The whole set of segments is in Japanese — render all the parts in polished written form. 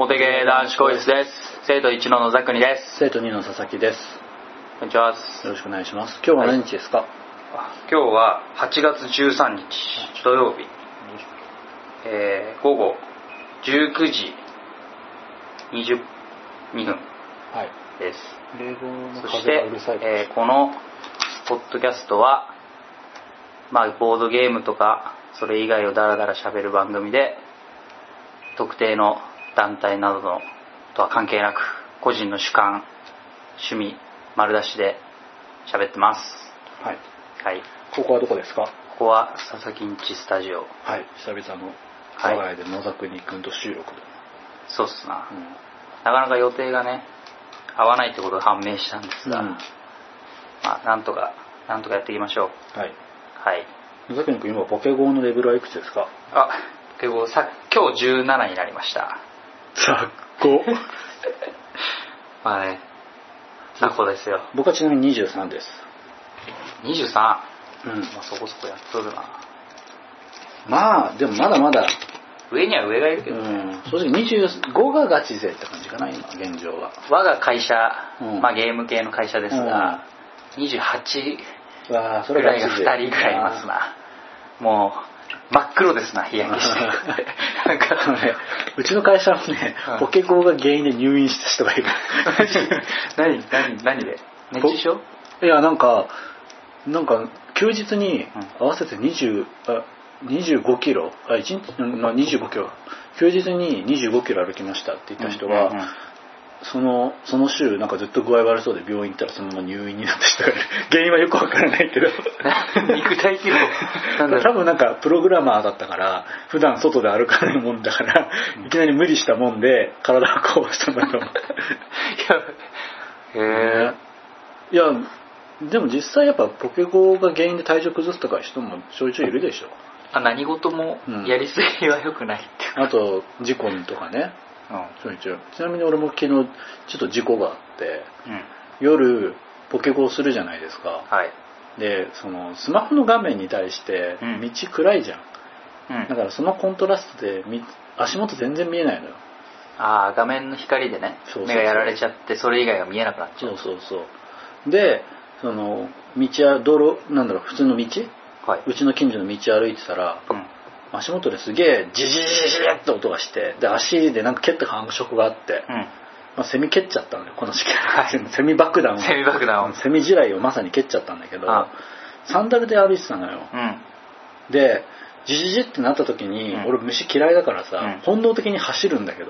モテゲー男子校室です。生徒1の野崎です。 生徒2の佐々木です。 こんにちは。よろしくお願いします。今日は何日ですか？ 今日は8月13日土曜日、午後19時22分です。 冷房のそし風がうるさいて、 です。 このポッドキャストは、ボードゲームとかそれ以外をダラダラ喋る番組で、特定の団体などのとは関係なく個人の主観、趣味丸出しで喋ってます。 はい。 はい。 ここはどこですか？ ここは佐々木んちスタジオ。 はい。久々の我が家で野崎くんと収録で。 そうっすな。なかなか予定がね合わないってことが判明したんですが、なんとかやっていきましょう。はい。はい。 野崎くん今ポケゴーのレベルはいくつですか？ ポケゴー今日17になりました。 雑魚。 雑魚ですよ。 僕はちなみに23です。 23？そこそこやっとるな。でもまだまだ上には上がいるけど、 正直25がガチ勢って感じかな今現状は。 我が会社、ゲーム系の会社ですが、28ぐらいが2人ぐらいいますな。もう真っ黒ですな、日焼けしてうちの会社もね、ポケゴーが原因で入院した人がいる。 何で？熱中症？ いやなんか休日に合わせて25キロ1日25キロ休日に25キロ歩きましたって言った人が、その週ずっと具合悪そうで病院行ったらそのまま入院になった人がいる。原因はよくわからないけど肉体疲労多分プログラマーだったから普段外で歩かないもんだからいきなり無理したもんで体がこうしたんだと思う。いやでも実際やっぱポケゴーが原因で体調崩すとか人もちょいちょいいるでしょ。 何事もやりすぎは良くないって、 あと事故とかね、ちょいちょい。ちなみに俺も昨日ちょっと事故があって、夜ポケゴーするじゃないですか。でスマホの画面に対して道暗いじゃん、だからそのコントラストで足元全然見えないのよ。 画面の光でね、目がやられちゃってそれ以外が見えなくなっちゃう。 そうで道は道路普通の道、うちの近所の道歩いてたら、足元ですげえジジジジって音がして、で足で蹴った感触があって、セミ蹴っちゃったんだよこの時期。セミ爆弾をセミ地雷をまさに蹴っちゃったんだけど、サンダルで歩いてたのよ、でジジジってなった時に、俺虫嫌いだからさ、本能的に走るんだけど、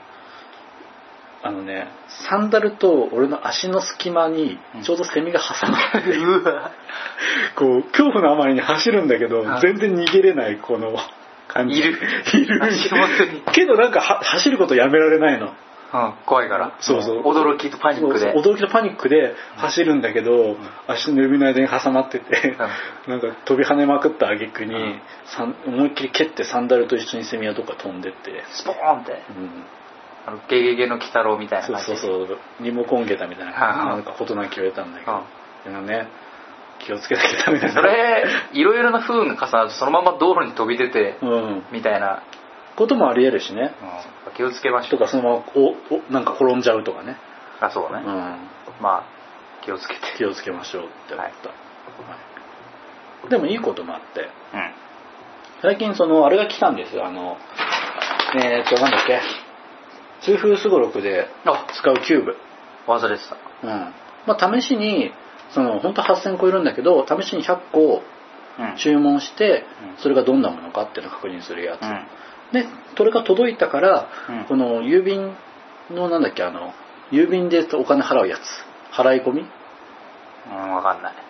サンダルと俺の足の隙間にちょうどセミが挟まってこう恐怖のあまりに走るんだけど、全然逃げれないこの感じ。いるけど走ることやめられないの。 怖いから。驚きとパニックで走るんだけど、足の指の間に挟まってて、飛び跳ねまくった挙句に思いっきり蹴ってサンダルと一緒にセミはどっか飛んでってスポーンって、ゲゲゲの鬼太郎みたいな感じ。 リモコンゲタみたいなことなき言われたんだけど、気をつけなきゃダメだね。 それいろいろな不運が重なるとそのまま道路に飛び出て、みたいなこともありえるしね、 気をつけましょう。 とかそのまま転んじゃうとかね。 そうね、気をつけましょうって思った、でもいいこともあって、最近あれが来たんですよ。痛風すごろくで使うキューブ忘れてた。試しに本当8000個いるんだけど、試しに100個注文して、それがどんなものかっていうのを確認するやつ、でそれが届いたから、この郵便の郵便でお金払うやつ、払い込み、 分かんない、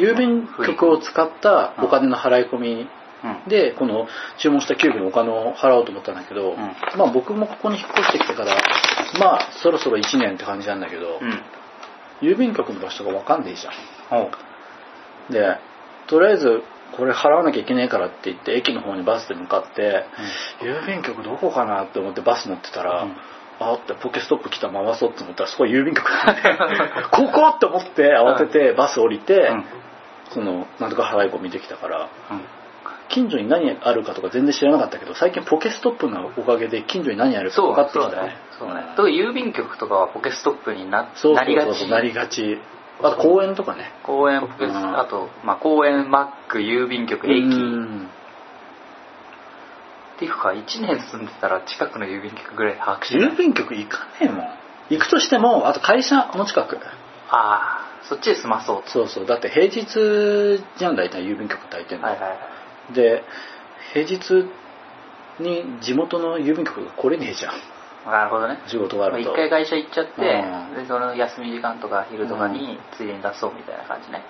郵便局を使ったお金の払い込みでこの注文したキューブのお金を払おうと思ったんだけど、僕もここに引っ越してきてからそろそろ1年って感じなんだけど、郵便局の場所が分かんねえじゃん。でとりあえずこれ払わなきゃいけねえからって言って駅の方にバスで向かって、郵便局どこかなって思ってバス乗ってたら、ってポケストップ来た回そうって思ったらそこは郵便局なんでここって思って慌ててバス降りて、なんとか払い込みできたから、 近所に何あるかとか全然知らなかったけど、最近ポケストップのおかげで近所に何あるか分かってきたね。 そうね。特に郵便局とかはポケストップになりがち。 なりがち。あと公園とかね。 公園、ポケス、あと、公園、マック、郵便局、駅。っていうか、1年住んでたら近くの郵便局ぐらい把握してない。 郵便局行かねえもん。行くとしても、あと会社の近く。 ああ、そっちで済まそう。 そう。だって平日じゃん、大体郵便局大抵の。で、平日に地元の郵便局が来れねえじゃん。 なるほどね。 仕事があると。 一回会社行っちゃって、でその休み時間とか昼とかについでに出そうみたいな感じね。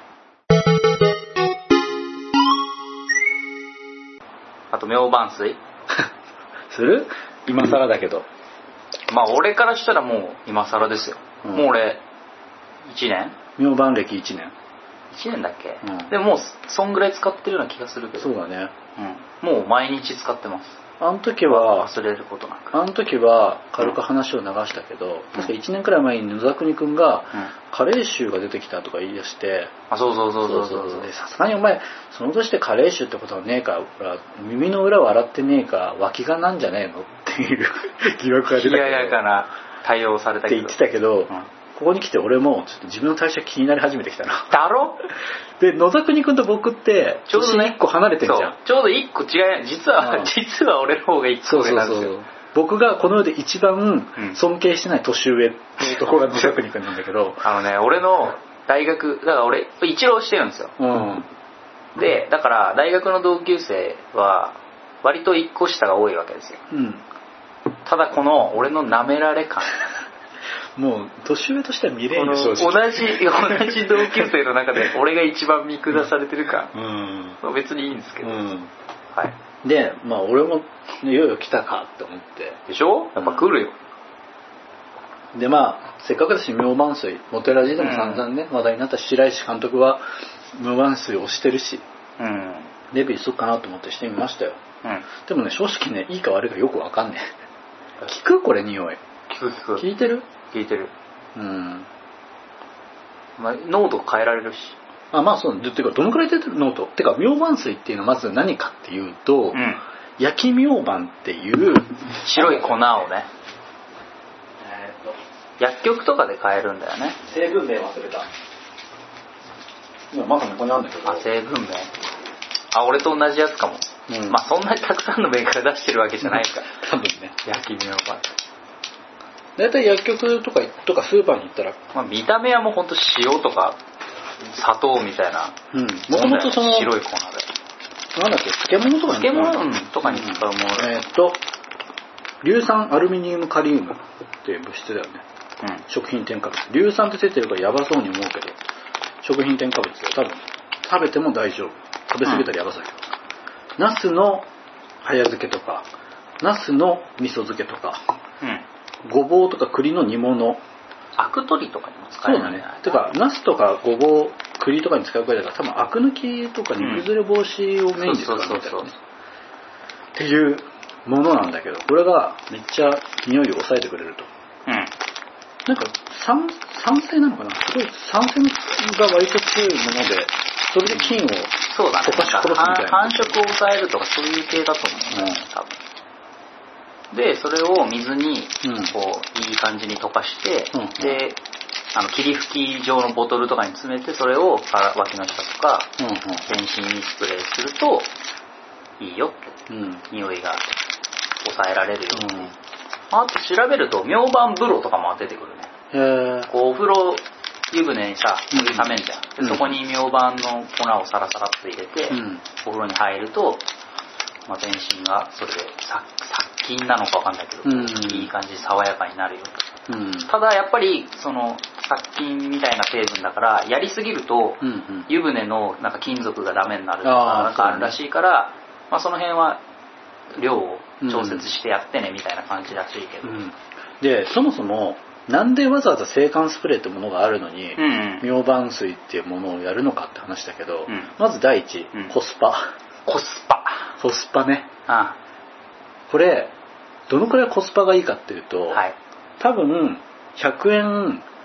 あと明晩水する？今更だけど。 俺からしたらもう今更ですよ。もう俺1年？ 明晩歴1年。 1年だっけ？でももうそんぐらい使ってるような気がするけど。 そうだね。 もう毎日使ってます。 あの時は忘れることなく。 あの時は軽く話を流したけど、確か1年くらい前に野田国君がカレー臭が出てきたとか言い出して、 そうでさすがにお前その年でカレー臭ってことはねえか、耳の裏を洗ってねえか、脇がなんじゃねえのっていう疑惑が出たけど、 冷ややかな対応されたけどって言ってたけど、ここに来て俺もちょっと自分の代謝気になり始めてきたな。 だろ？ で野田国君と僕ってちょうど1個離れてんじゃん。 ちょうど1個違い。実は俺の方が1個上なんですよ。 僕がこの世で一番尊敬してない年上の男が野田国君なんだけど、 俺の大学だから俺一浪してるんですよ。でだから大学の同級生は割と1個下が多いわけですよ。ただこの俺の舐められ感。 もう年上としては見れんよ。 同じ同級生の中で俺が一番見下されてるか、別にいいんですけど、 で俺もいよいよ来たかって思って。 でしょ？やっぱ来るよ。 でせっかくだし明晩水モテラジでも散々ね、話題になった白石監督は明晩水をしてるし、デビューしよっかなと思ってしてみましたよ。でもね、正直ね、いいか悪いかよくわかんねえ。聞く？これ匂い。 聞く。 聞いてる？ 聞いてる。濃度変えられるし。 そうてかどのくらい出てる濃度？てか明晩水っていうのはまず何かっていうと、焼き明晩っていう白い粉をね、薬局とかで買えるんだよね。 成分名忘れた。今まさにここにあるんだけど。 成分名。俺と同じやつかも。そんなにたくさんのメーカー出してるわけじゃないから。 多分ね。 焼き明晩。 だいたい薬局とかスーパーに行ったら、 見た目はもうほんと塩とか砂糖みたいな。 もともとその白い粉で。 なんだっけ、漬物とかに使う。 とかに使うもの。 硫酸アルミニウムカリウムっていう物質だよね。食品添加物。硫酸って出てるからやばそうに思うけど、食品添加物で多分食べても大丈夫。食べ過ぎたらやばさけど。ナスの早漬けとか、ナスの味噌漬けとか、ごぼうとか栗の煮物。 アク取りとかにも使えるんだね。 てかナスとかごぼう、栗とかに使うくらいだから多分アク抜きとか煮崩れ防止をメインに使うみたいなね。っていうものなんだけど、これがめっちゃ匂いを抑えてくれると。なんか酸性なのかな、すごい酸性が割と強いもので、それで菌を溶かし殺すみたいな。 繁殖を抑えるとかそういう系だと思うね、多分。でそれを水にこういい感じに溶かして、で霧吹き状のボトルとかに詰めて、それを脇の下とか全身にスプレーするといいよって、匂いが抑えられるよって、あと調べると明晩風呂とかも出てくるね。こうお風呂湯船にさお湯ためんじゃん。でそこに明晩の粉をサラサラっと入れて、お風呂に入ると、全身がそれで殺菌なのか分かんないけど、いい感じで爽やかになるよと。ただやっぱりその殺菌みたいな成分だからやりすぎると、湯船のなんか金属がダメになるとかなんかあるらしいから、その辺は量を調節してやってねみたいな感じらしいけど、 でそもそもなんでわざわざ制汗スプレーってものがあるのに、明晩水っていうものをやるのかって話だけど、まず第一、コスパね。これどのくらいコスパがいいかっていうと、多分100円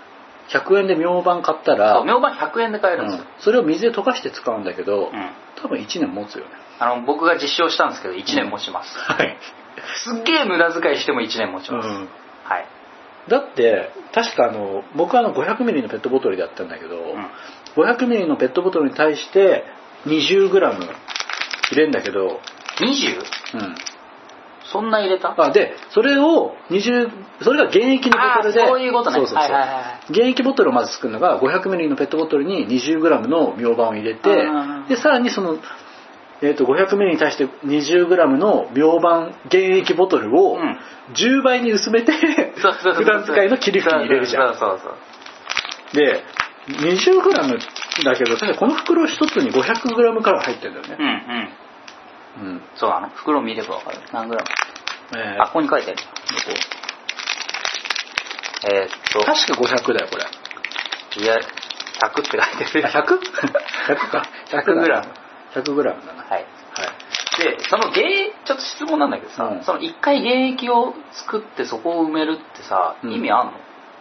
100円で明晩買ったら、 明晩100円で買えるんですよ、 それを水で溶かして使うんだけど、多分1年持つよね。 僕が実証したんですけど1年持ちます、はい。すっげえ無駄遣いしても1年持ちます、はい。 だって確か僕は500ミリのペットボトルでやったんだけど、500ミリのペットボトルに対して20グラム入れるんだけど、 20？ そんな入れた？ でそれが原液のボトルで、 そういうことね。 原液ボトルをまず作るのが500ミリのペットボトルに20グラムの明晩を入れて、でさらにその500ミリに対して20グラムの明晩原液ボトルを10倍に薄めて普段使いの霧吹きに入れるじゃん。で20グラムだけど確かこの袋一つに500グラムから入ってるんだよね。 そうなの？袋見れば分かる。何グラム？ここに書いてある。 確か500だよこれ。 いや100って書いてる。 100？ 100か。 100グラム。 100グラムだな。 はい。でそのちょっと質問なんだけどさ、その一回原液を作ってそこを埋めるってさ、意味あんの？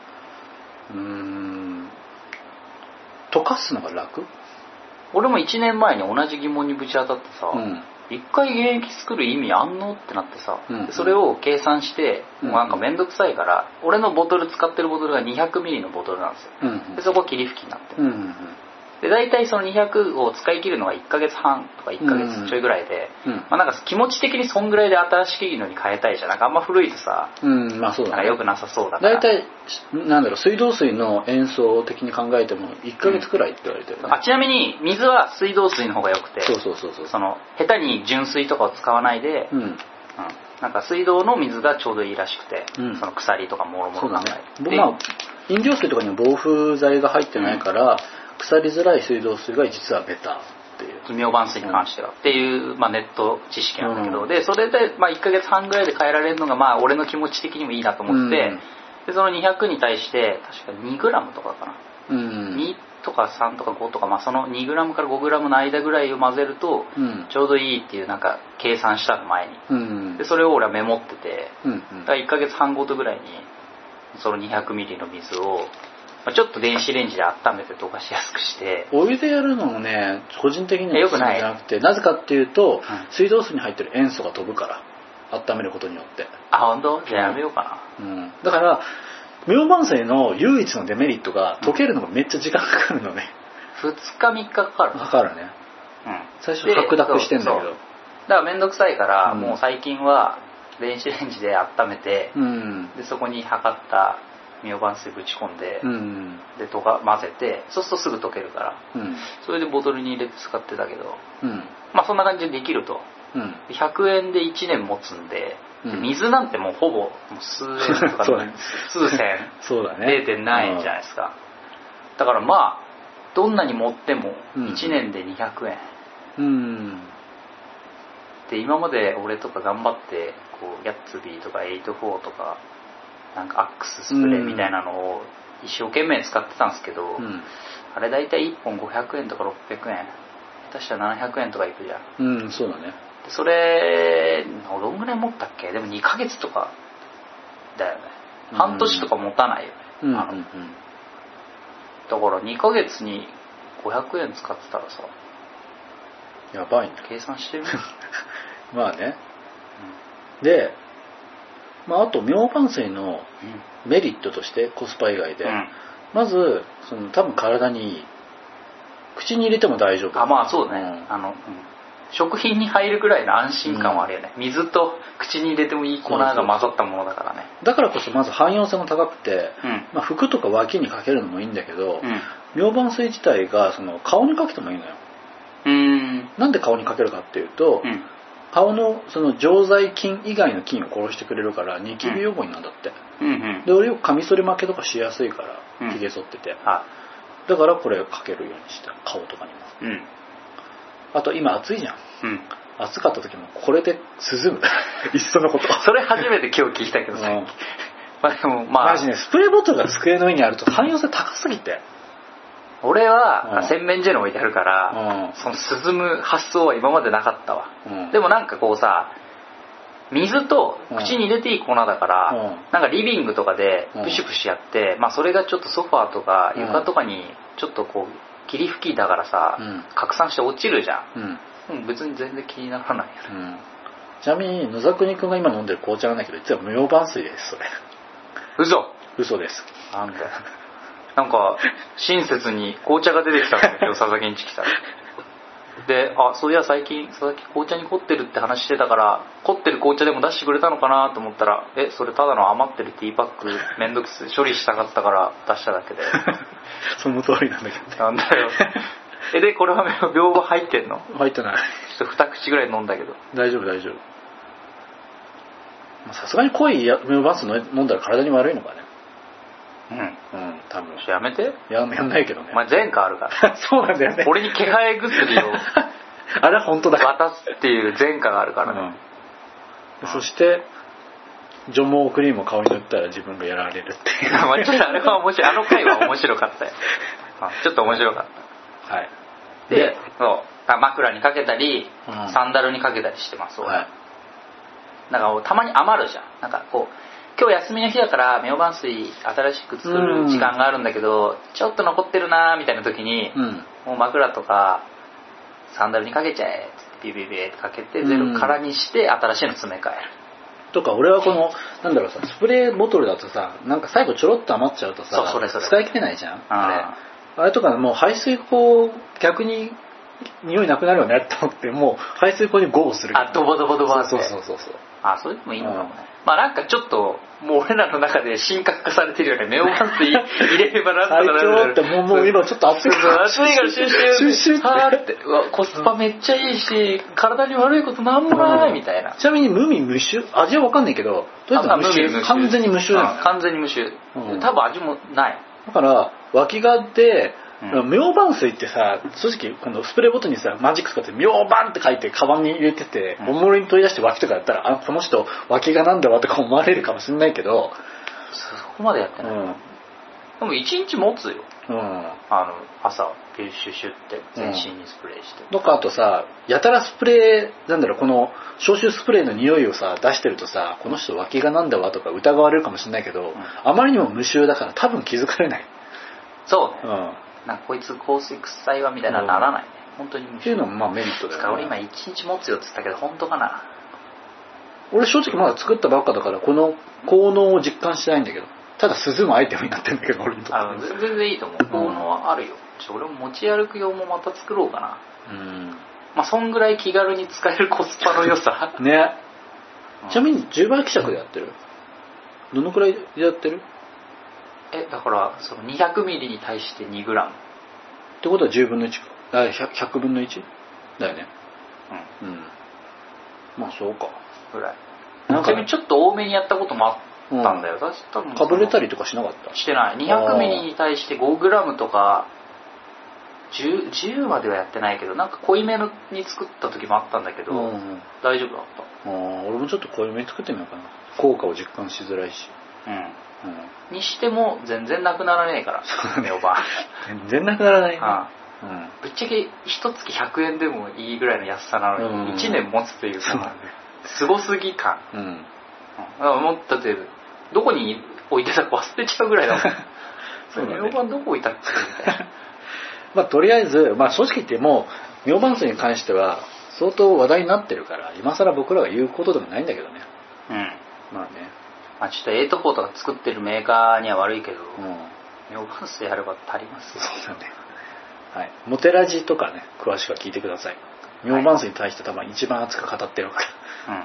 溶かすのが楽？ 俺も1年前に同じ疑問にぶち当たってさ、一回原液作る意味あんのってなってさ、それを計算して、もうなんかめんどくさいから、俺のボトル使ってるボトルが200ミリのボトルなんですよ。でそこは霧吹きになってる。で大体その200を使い切るのが1ヶ月半とか1ヶ月ちょいぐらいで、なんか気持ち的にそんぐらいで新しいのに変えたいじゃん。なんかあんま古いとさ、 そうだね、 よくなさそうだから。 大体水道水の塩素的に考えても1ヶ月くらいって言われてる、ね。 ちなみに水は水道水の方が良くて、その下手に純水とかを使わないで、なんか水道の水がちょうどいいらしくて、その鎖とかもろもろ考えて、 飲料水とかにも防腐剤が入ってないから、腐りづらい水道水が実はベタっていう明晩水に関しては、っていう、ネット知識なんだけど、でそれで、1ヶ月半ぐらいで変えられるのが俺の気持ち的にもいいなと思って、でその200に対して確か2グラムとかかな、2とか3とか5とか、その2グラムから5グラムの間ぐらいを混ぜるとちょうどいいっていうなんか計算したの前に、でそれを俺はメモってて、だから1ヶ月半ごとぐらいにその200ミリの水をちょっと電子レンジで温めて溶かしやすくして。 お湯でやるのもね、個人的には良くないじゃなくて、なぜかっていうと、水道水に入ってる塩素が飛ぶから、温めることによって。 本当？じゃあやめようかな。 だから明晩水の唯一のデメリットが溶けるのがめっちゃ時間かかるのね。 2日3日かかる。 かかるね。最初白濁してんだけど。だからめんどくさいから、もう最近は電子レンジで温めて、でそこに測った明晩水ぶち込んで、で混ぜて、そうするとすぐ溶けるから、それでボトルに入れて使ってたけど、そんな感じでできると、100円で1年持つんで、水なんてもうほぼ数円とか数千そうだね、 0. 何円じゃないですか。だからどんなに持っても1年で200円、で今まで俺とか頑張ってギャッツビーとか84とかなんかアックススプレーみたいなのを一生懸命使ってたんですけど、あれ大体1本500円とか600円、下手したら700円とかいくじゃん。 そうだね。 それどんぐらい持ったっけ？でも2ヶ月とかだよね。半年とか持たないよね。だから2ヶ月に500円使ってたらさ、 やばいね。 計算してるね。であと明晩水のメリットとしてコスパ以外で、まず多分体にいい、口に入れても大丈夫。 そうね、食品に入るぐらいの安心感はあるよね、水と口に入れてもいい粉が混ざったものだからね。 だからこそまず汎用性も高くて、服とか脇にかけるのもいいんだけど、明晩水自体が顔にかけてもいいのよ。なんで顔にかけるかっていうと、顔の常在菌以外の菌を殺してくれるからニキビ予防になんだって、で俺よくカミソリ負けとかしやすいからひげ剃ってて、だからこれをかけるようにした顔とかにも、あと今暑いじゃん、暑かった時もこれで涼むいっそのことそれ初めて今日聞いたけどさ、でもマジね、スプレーボトルが机の上にあると汎用性高すぎて、 俺は洗面所に置いてあるから、その涼む発想は今までなかったわ、でもなんか水と口に入れていい粉だから、なんかリビングとかでプシュプシュやって、それがちょっとソファーとか床とかにちょっとこう霧吹きだからさ、拡散して落ちるじゃん、別に全然気にならないよね、 ちなみに野沢国君が今飲んでる紅茶なんだけど、実は無用板水です。それ嘘です。 なんだよ。なんか親切に紅茶が出てきたんだけど佐々木んち来たらで、そういや最近佐々木紅茶に凝ってるって話してたから、凝ってる紅茶でも出してくれたのかなと思ったら、それただの余ってるティーパックめんどくさい処理したかったから出しただけでその通りなんだけど、 なんだよでこれは秒場入ってんの？ 入ってない。 ちょっと2口ぐらい飲んだけど。 大丈夫。さすがに濃い無用板水飲んだら体に悪いのかね。多分。 やめて。 やんないけどね。 前科あるからそうなんだよね。 俺に気配薬をあれは本当だ渡すっていう前科があるからね、 そして除毛クリームを顔に塗ったら自分がやられるっていうちょっとあれは面白い。あの回は面白かったよちょっと面白かった。で、枕にかけたり、サンダルにかけたりしてます。なんかたまに余るじゃん。なんかこう今日休みの日だからミョウバン水新しく作る時間があるんだけど、ちょっと残ってるなみたいな時に、もう枕とかサンダルにかけちゃえってビビビってかけてゼロからにして新しいの詰め替えるとか。俺はこのスプレーボトルだとさ、なんか最後ちょろっと余っちゃうとさ、使い切れないじゃん。あれとかもう排水口逆に匂いなくなるよねと思って、もう排水口にゴーする。 ドボドボドボって。 そう。 それでもいいのかもね。なんかちょっともう俺らの中で神格化されてるよね。ミョウバン水入れればなんとかなる。 最強ってもう今ちょっと熱いからシュッってコスパめっちゃいいし体に悪いことなんもないみたいな。 ちなみに無味無臭、味は分かんないけど、とりあえず無臭、完全に無臭だよ。 完全に無臭、多分味もない。 だから脇がでミョウバン水ってさ、正直このスプレーボトルにさマジック使ってミョウバンって書いてカバンに入れてて、おもろに取り出して脇とかやったら、この人脇がなんだわとか思われるかもしれないけど、 そこまでやってない、でも1日持つよ、朝シュッシュって全身にスプレーして、 とかあとさ、やたらスプレーこの消臭スプレーの匂いをさ出してるとさ、この人脇がなんだわとか疑われるかもしれないけど、あまりにも無臭だから多分気づかれない。 そうね、なんかこいつ香水臭いわみたいなならないね、本当に無臭っていうのもメリットだよね。 俺今1日持つよって言ったけど本当かな。 俺正直まだ作ったばっかだからこの効能を実感してないんだけど、ただ涼むアイテムになってるんだけど、俺にとって全然いいと思う。効能はあるよ。俺も持ち歩く用もまた作ろうかな。そんぐらい気軽に使えるコスパの良さね。ちなみに10倍希釈でやってる？どのくらいでやってる？ だからその200ミリに対して2グラムってことは10分の1か、100分の 1? だよね。そうかぐらい。ちなみにちょっと多めにやったこともあったんだよ。 かぶれたりとかしなかった？ してない。200ミリに対して5グラムとか10まではやってないけど、なんか濃いめのに作った時もあったんだけど、大丈夫だった。 俺もちょっと濃いめに作ってみようかな。効果を実感しづらいし。 にしても全然なくならねえからミョウバン全然なくならない、 ぶっちゃけ一月100円でもいいぐらいの安さなのに、1年持つというかすごすぎ感、だってどこに置いてたか忘れちゃうぐらいだもんミョウバンどこ置いたっけみたいなとりあえず、正直言ってもミョウバン水に関しては相当話題になってるから、今更僕らが言うことでもないんだけどね。 ちょっと8-4とか作ってるメーカーには悪いけど、ミョウバン水やれば足りますよ。 そうだね。モテラジとかね、詳しくは聞いてください。ミョウバン水に対して多分一番熱く語ってるから、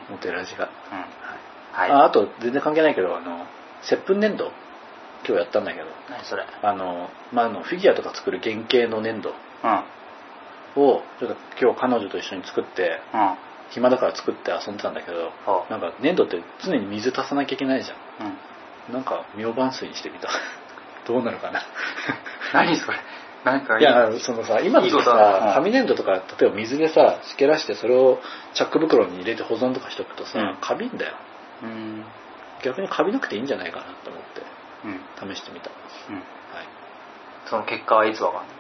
モテラジが。あと全然関係ないけど、接吻粘土今日やったんだけど、 何それ？ フィギュアとか作る原型の粘土をちょっと今日彼女と一緒に作って、暇だから作って遊んでたんだけど、なんか粘土って常に水足さなきゃいけないじゃん。なんかミョウバン水にしてみた。どうなるかな。 何それ？なんかいや、そのさ、今のさ、紙粘土とか例えば水でさしけらしてそれをチャック袋に入れて保存とかしとくとさ、カビんだよ。逆にカビなくていいんじゃないかなと思って試してみた。 その結果はいつわかんない？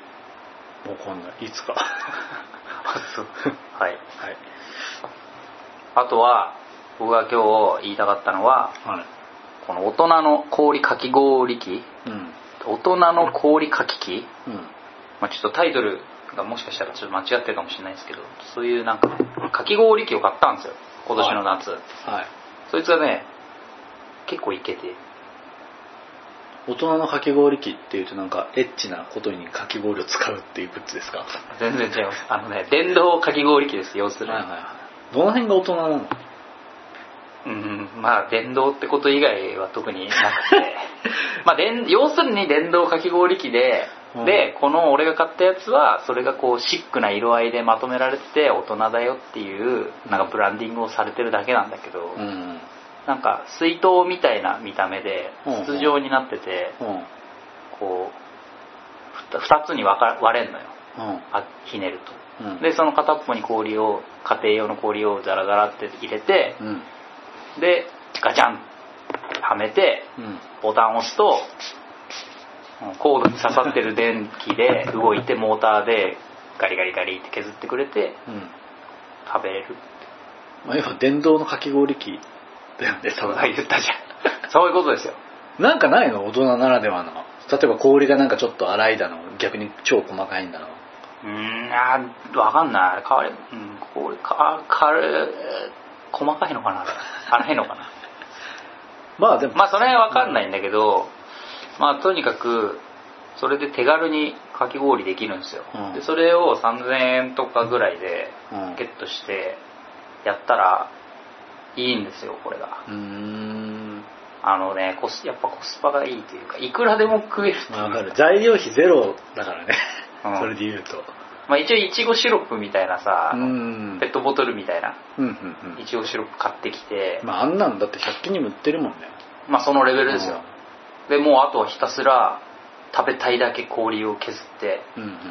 わかんない。いつか。 そう。はい。あとは僕が今日言いたかったのは、はい、この大人の氷かき氷機、大人の氷かき機、まあ、ちょっとタイトルがもしかしたらちょっと間違ってるかもしれないですけど、そういうなんかねかき氷機を買ったんですよ今年の夏、はい、そいつがね結構イケて。 大人のかき氷機っていうとなんかエッチなことにかき氷を使うっていうグッズですか？ 全然違います。電動かき氷機です。要するに、はいはいはい、 どの辺が大人なの？ まあ電動ってこと以外は特になくてまあ要するに電動かき氷機で、でこの俺が買ったやつはそれがこうシックな色合いでまとめられてて大人だよっていうなんかブランディングをされてるだけなんだけど、なんか水筒みたいな見た目で筒状になってて、こう2つに割れんのよ、ひねると、でその片っぽに氷を家庭用の氷をザラザラって入れて、でガチャンはめて、ボタンを押すとコードに刺さってる電気で動いてモーターでガリガリガリって削ってくれて、食べれるって、 まあ、要は電動のかき氷機だよね。 そう言ったじゃんそういうことですよ。 なんかないの大人ならではの、例えば氷がなんかちょっと粗いだの逆に超細かいんだの。 わかんない。氷細かいのかな粗いのかなまあでもまあそれはわかんないんだけど、まあとにかくそれで手軽にかき氷できるんですよ、でそれを3000円とかぐらいでゲットしてやったらいいんですよこれが。やっぱコスパがいいというかいくらでも食えるっていうか。 分かる。材料費ゼロだからねそれで言うと、 まあ、一応いちごシロップみたいなさ、ペットボトルみたいな、いちごシロップ買ってきて、 まああんなんだって100均にも売ってるもんね。 まあそのレベルですよ、でもうあとはひたすら食べたいだけ氷を削って食べる、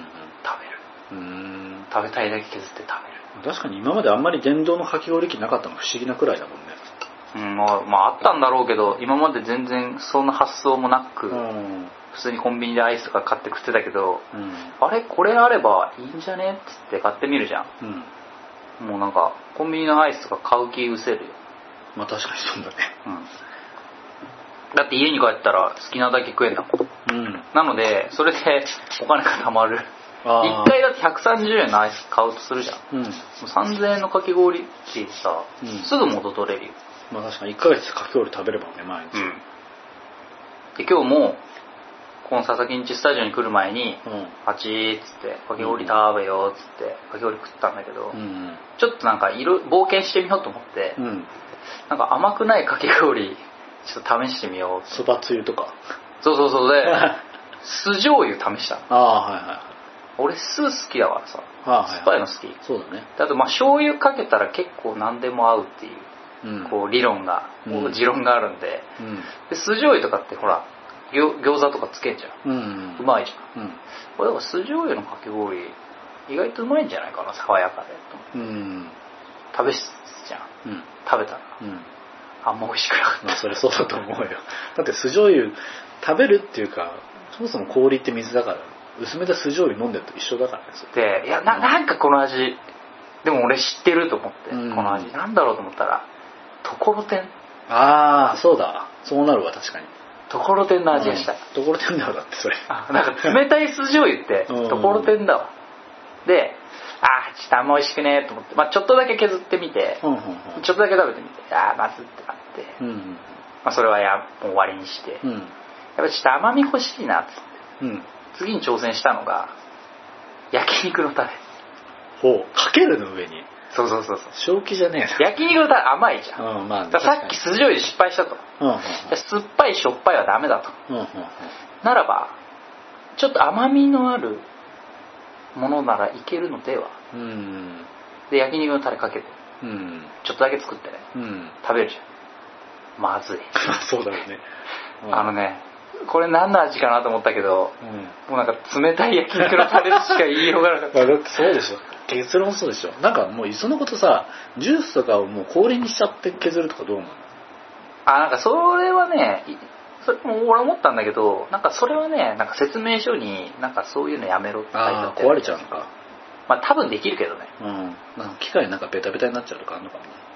食べたいだけ削って食べる。 確かに今まであんまり電動のかき氷機なかったの不思議なくらいだもんね。 まああったんだろうけど今まで全然そんな発想もなく、普通にコンビニでアイスとか買って食ってたけど、あれこれあればいいんじゃねっつって買ってみるじゃん、もうなんかコンビニのアイスとか買う気失せるよ。 まあ確かにそうだね、 だって家に帰ったら好きなだけ食えんだもん、なのでそれでお金が貯まる。1回だって130円のアイス買うとするじゃん、3000円のかき氷機さ、すぐ元取れるよ。 まあ確かに1ヶ月かき氷食べればね毎日、 で今日もこの佐々木んちスタジオに来る前にパチーっつってかき氷食べようっつってかき氷食ったんだけど、ちょっとなんか冒険してみようと思って、なんか甘くないかき氷ちょっと試してみよう。 そばつゆとか。 そうで酢醤油試した。俺酢好きだからさ、酸っぱいの好き。 そうだね。 あとまあ醤油かけたら結構何でも合うっていう、こう理論が、持論があるんで、で酢醤油とかってほら餃子とかつけんじゃん、うまいじゃん、これだから酢醤油のかき氷意外とうまいんじゃないかな、爽やかでと、食べしじゃん、食べたら、あんま美味しくなかった。 まあそれそうだと思うよ。だって酢醤油食べるっていうかそもそも氷って水だから薄めた酢醤油飲んでると一緒だからね。 でいやなんかこの味でも俺知ってると思って、この味なんだろうと思ったらところてん。 ああそうだ、そうなるわ確かに。 ところてんの味がした、 ところてんだよだってそれ。 なんか冷たい酢醤油ってところてんだわ。でちょっとあんま美味しくねと思って、まあ、ちょっとだけ削ってみて、ちょっとだけ食べてみてまずってなって、まあ、それはもう終わりにして、やっぱりちょっと甘み欲しいなっつって、次に挑戦したのが焼肉のタレ。 かけるの上に。 そう正気じゃねえな。焼肉のタレ甘いじゃん、さっき酢醤油で失敗したと、酸っぱいしょっぱいはダメだと、ならばちょっと甘みのあるものならいけるのでは、で焼肉のタレかけて、ちょっとだけ作ってね、食べるじゃん。まずいそうだよね、 これ何の味かなと思ったけど、もうなんか冷たい焼肉のタレしか言いようがなかった。 だってそうでしょ、結論そうでしょ。なんかもういっそのことさジュースとかをもう氷にしちゃって削るとかどう思うの？ なんかそれはね、それも俺思ったんだけど、なんかそれはね、なんか説明書になんかそういうのやめろって書いてあって、 壊れちゃうのか。 まあ多分できるけどね、 なんか機械なんかベタベタになっちゃうとかあるのかもね。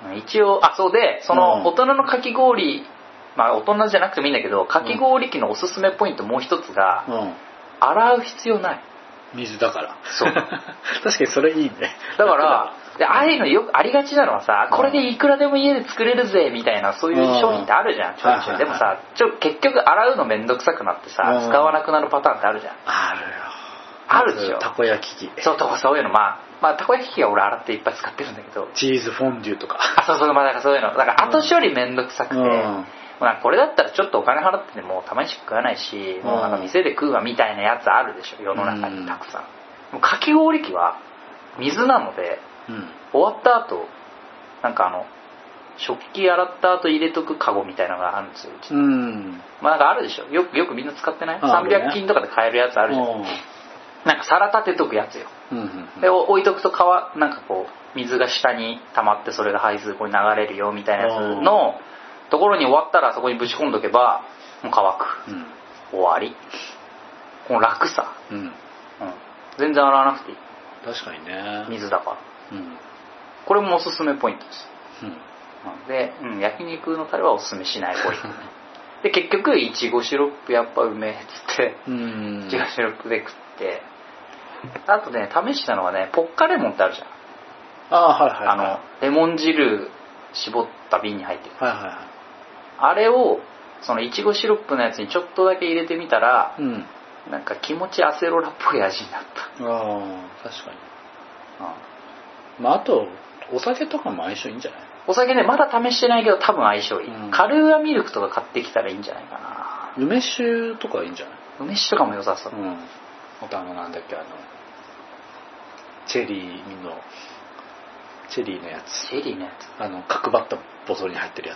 一応そうでその大人のかき氷、まあ大人じゃなくてもいいんだけどかき氷機のおすすめポイントもう一つが、洗う必要ない。 水だから。 そう。 確かにそれいいね。 だからでああいうのよくありがちなのはさ、これでいくらでも家で作れるぜみたいなそういう商品ってあるじゃん。ちょいちょい。でもさ結局洗うのめんどくさくなってさ、使わなくなるパターンってあるじゃん。 あるよ。 あるでしょ。 たこ焼き器。 そういうのまあたこ焼き器は俺洗っていっぱい使ってるんだけど。 チーズフォンデュとか。 そうまあだからそういうのだから後処理めんどくさくて。なんかこれだったらちょっとお金払ってもたまにしか食わないし、もうなんか店で食うわみたいなやつあるでしょ世の中にたくさん。かき氷機は水なので、終わった後なんか食器洗った後入れとくカゴみたいなのがあるんですよ。まあなんかあるでしょ。よくみんな使ってない？300均とかで買えるやつあるじゃん。なんか皿立てとくやつよ。で置いとくとなんかこう水が下に溜まってそれが排水溝に流れるよみたいなやつのところに終わったらそこにぶち込んどけばもう乾く、終わり。この楽さ、全然洗わなくていい。 確かにね。 水だから、これもおすすめポイントです、で、焼肉のタレはおすすめしないポイントで結局いちごシロップやっぱうめえっつっていちごシロップで食って、あとね試したのはねポッカレモンってあるじゃん。レモン汁絞った瓶に入ってる、あれをそのいちごシロップのやつにちょっとだけ入れてみたら、なんか気持ちアセロラっぽい味になった。 確かに。あとお酒とかも相性いいんじゃない？ お酒ねまだ試してないけど多分相性いい、カルーアミルクとか買ってきたらいいんじゃないかな。 梅酒とかいいんじゃない？ 梅酒とかも良さそう。 あとなんだっけチェリーのやつ。角張ったボトルに入ってるやつ。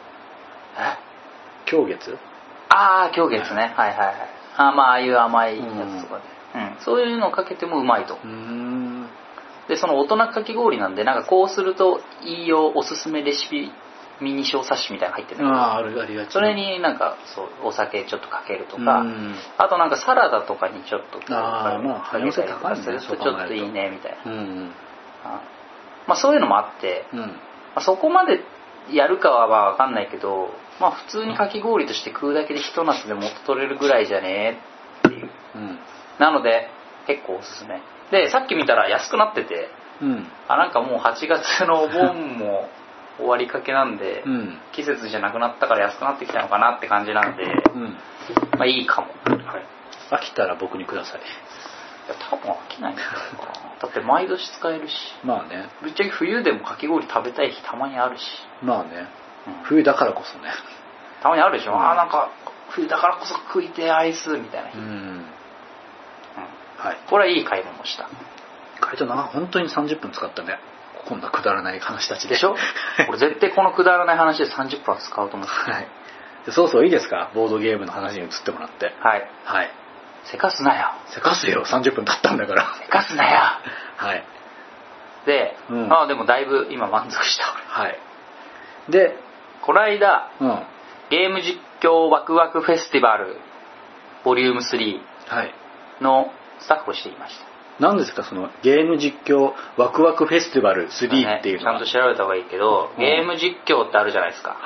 狂月？ 狂月ね。はい。まあああいう甘いやつとかで、そういうのをかけてもうまいと。でその大人かき氷なんでなんかこうするといいよおすすめレシピミニ小冊子みたいなの入ってるんだけど、それになんかお酒ちょっとかけるとか、あとなんかサラダとかにちょっとかけたりとかするとちょっといいねみたいな、まあそういうのもあって、そこまでやるかは分かんないけど、まあ普通にかき氷として食うだけで一夏で元取れるぐらいじゃねえっていう、なので結構おすすめで、さっき見たら安くなってて、なんかもう8月のお盆も終わりかけなんで、季節じゃなくなったから安くなってきたのかなって感じなんで、まあいいかも、 飽きたら僕にください。 いや多分飽きないんだよだって毎年使えるし。 まあね。 ぶっちゃけ冬でもかき氷食べたい日たまにあるし。 まあね、冬だからこそね。 たまにあるでしょ、なんか冬だからこそ食いてアイスみたいな日。これはいい買い物した。 意外と本当に30分使ったね。こんなくだらない話たちでしょ俺絶対このくだらない話で30分は使うと思って。 そういいですか、ボードゲームの話に移ってもらって。せかすなよ。せかすよ、30分経ったんだから。 せかすなよ。で、でもだいぶ今満足した。でこの間、ゲーム実況ワクワクフェスティバルボリューム3のスタッフをしていました。 何ですかそのゲーム実況ワクワクフェスティバル3っていうのは、 ちゃんと調べた方がいいけど、ゲーム実況ってあるじゃないですか。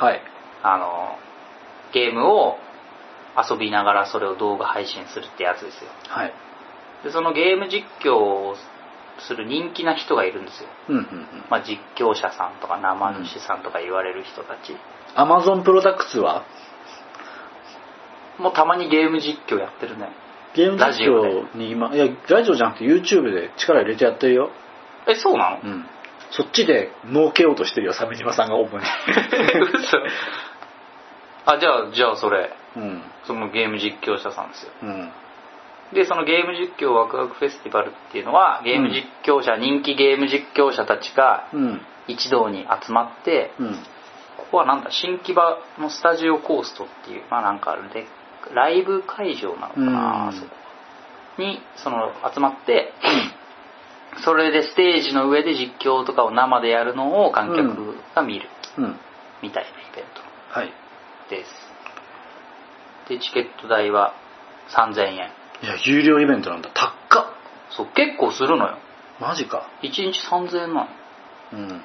ゲームを遊びながらそれを動画配信するってやつですよ。でそのゲーム実況をする人気な人がいるんですよ。まあ実況者さんとか生主さんとか言われる人たち。 アマゾンプロダクツはもうたまにゲーム実況やってるね。 ゲーム実況に今、いやラジオじゃなくて YouTube で力入れてやってるよ。 そうなの？ そっちで儲けようとしてるよ、鮫島さんが主に。 嘘。じゃあそれ、そのゲーム実況者さんですよ。でそのゲーム実況ワクワクフェスティバルっていうのはゲーム実況者、人気ゲーム実況者たちが一堂に集まって、ここはなんだ新木場のスタジオコーストっていう、まあなんかライブ会場なのかな、そこに集まって、それでステージの上で実況とかを生でやるのを観客が見る、みたいなイベントです。でチケット代は3000円。 いや有料イベントなんだ。高っ。 そう結構するのよ。 マジか。 1日3000円なの。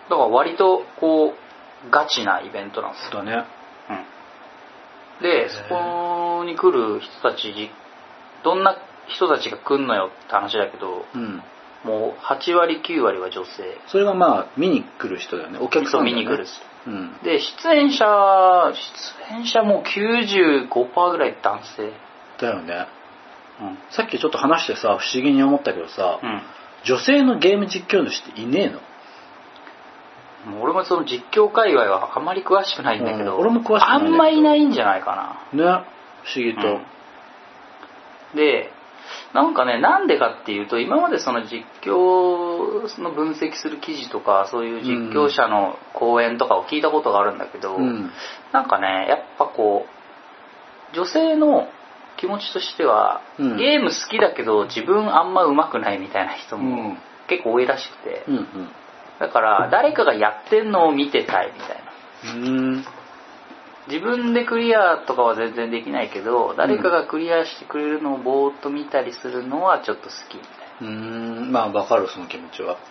だから割とこうガチなイベントなんですよ。 だね。 でそこに来る人たち、どんな人たちが来んのよって話だけど、もう8割9割は女性。 それがまあ見に来る人だよね。お客さんだよね。 見に来る人。で出演者も 95% ぐらい男性だよね。さっきちょっと話してさ、不思議に思ったけどさ、女性のゲーム実況主っていねえの？ 俺もその実況界隈はあまり詳しくないんだけど、 俺も詳しくないんだけど、 あんまいないんじゃないかな。 ね、不思議と。 で、なんかね、なんでかっていうと、今までその実況の分析する記事とか、そういう実況者の講演とかを聞いたことがあるんだけど、なんかね、やっぱこう、女性の気持ちとしては、ゲーム好きだけど自分あんま上手くないみたいな人も結構多いらしくて、だから誰かがやってんのを見てたいみたいな。自分でクリアとかは全然できないけど、誰かがクリアしてくれるのをぼーっと見たりするのはちょっと好きみたいな。 まあ分かる、その気持ちは。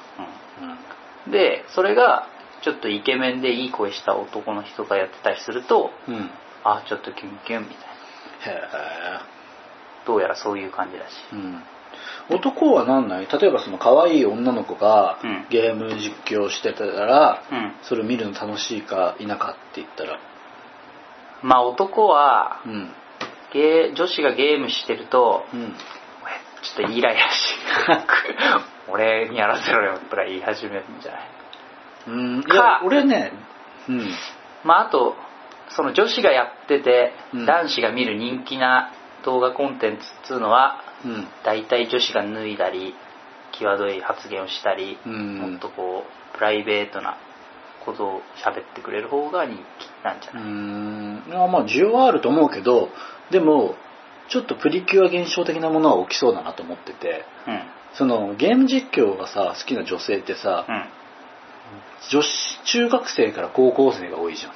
でそれがちょっとイケメンでいい声した男の人がやってたりすると、あ、ちょっとキュンキュンみたいな。どうやらそういう感じだし。 男はなんない？例えばその可愛い女の子がゲーム実況してたら、それを見るの楽しいか否かって言ったら、 まあ男は、女子がゲームしてると、ちょっとイライラし俺にやらせろよとか言い始めるんじゃない？ いや俺ね、 まああとその女子がやってて、男子が見る人気な動画コンテンツっていうのは、大体女子が脱いだり際どい発言をしたり、もっとこうプライベートなことを喋ってくれる方が人気なんじゃない？ いやまあ需要はあると思うけど、でもちょっとプリキュア現象的なものは起きそうだなと思ってて、そのゲーム実況がさ好きな女性ってさ、中学生から高校生が多いじゃん。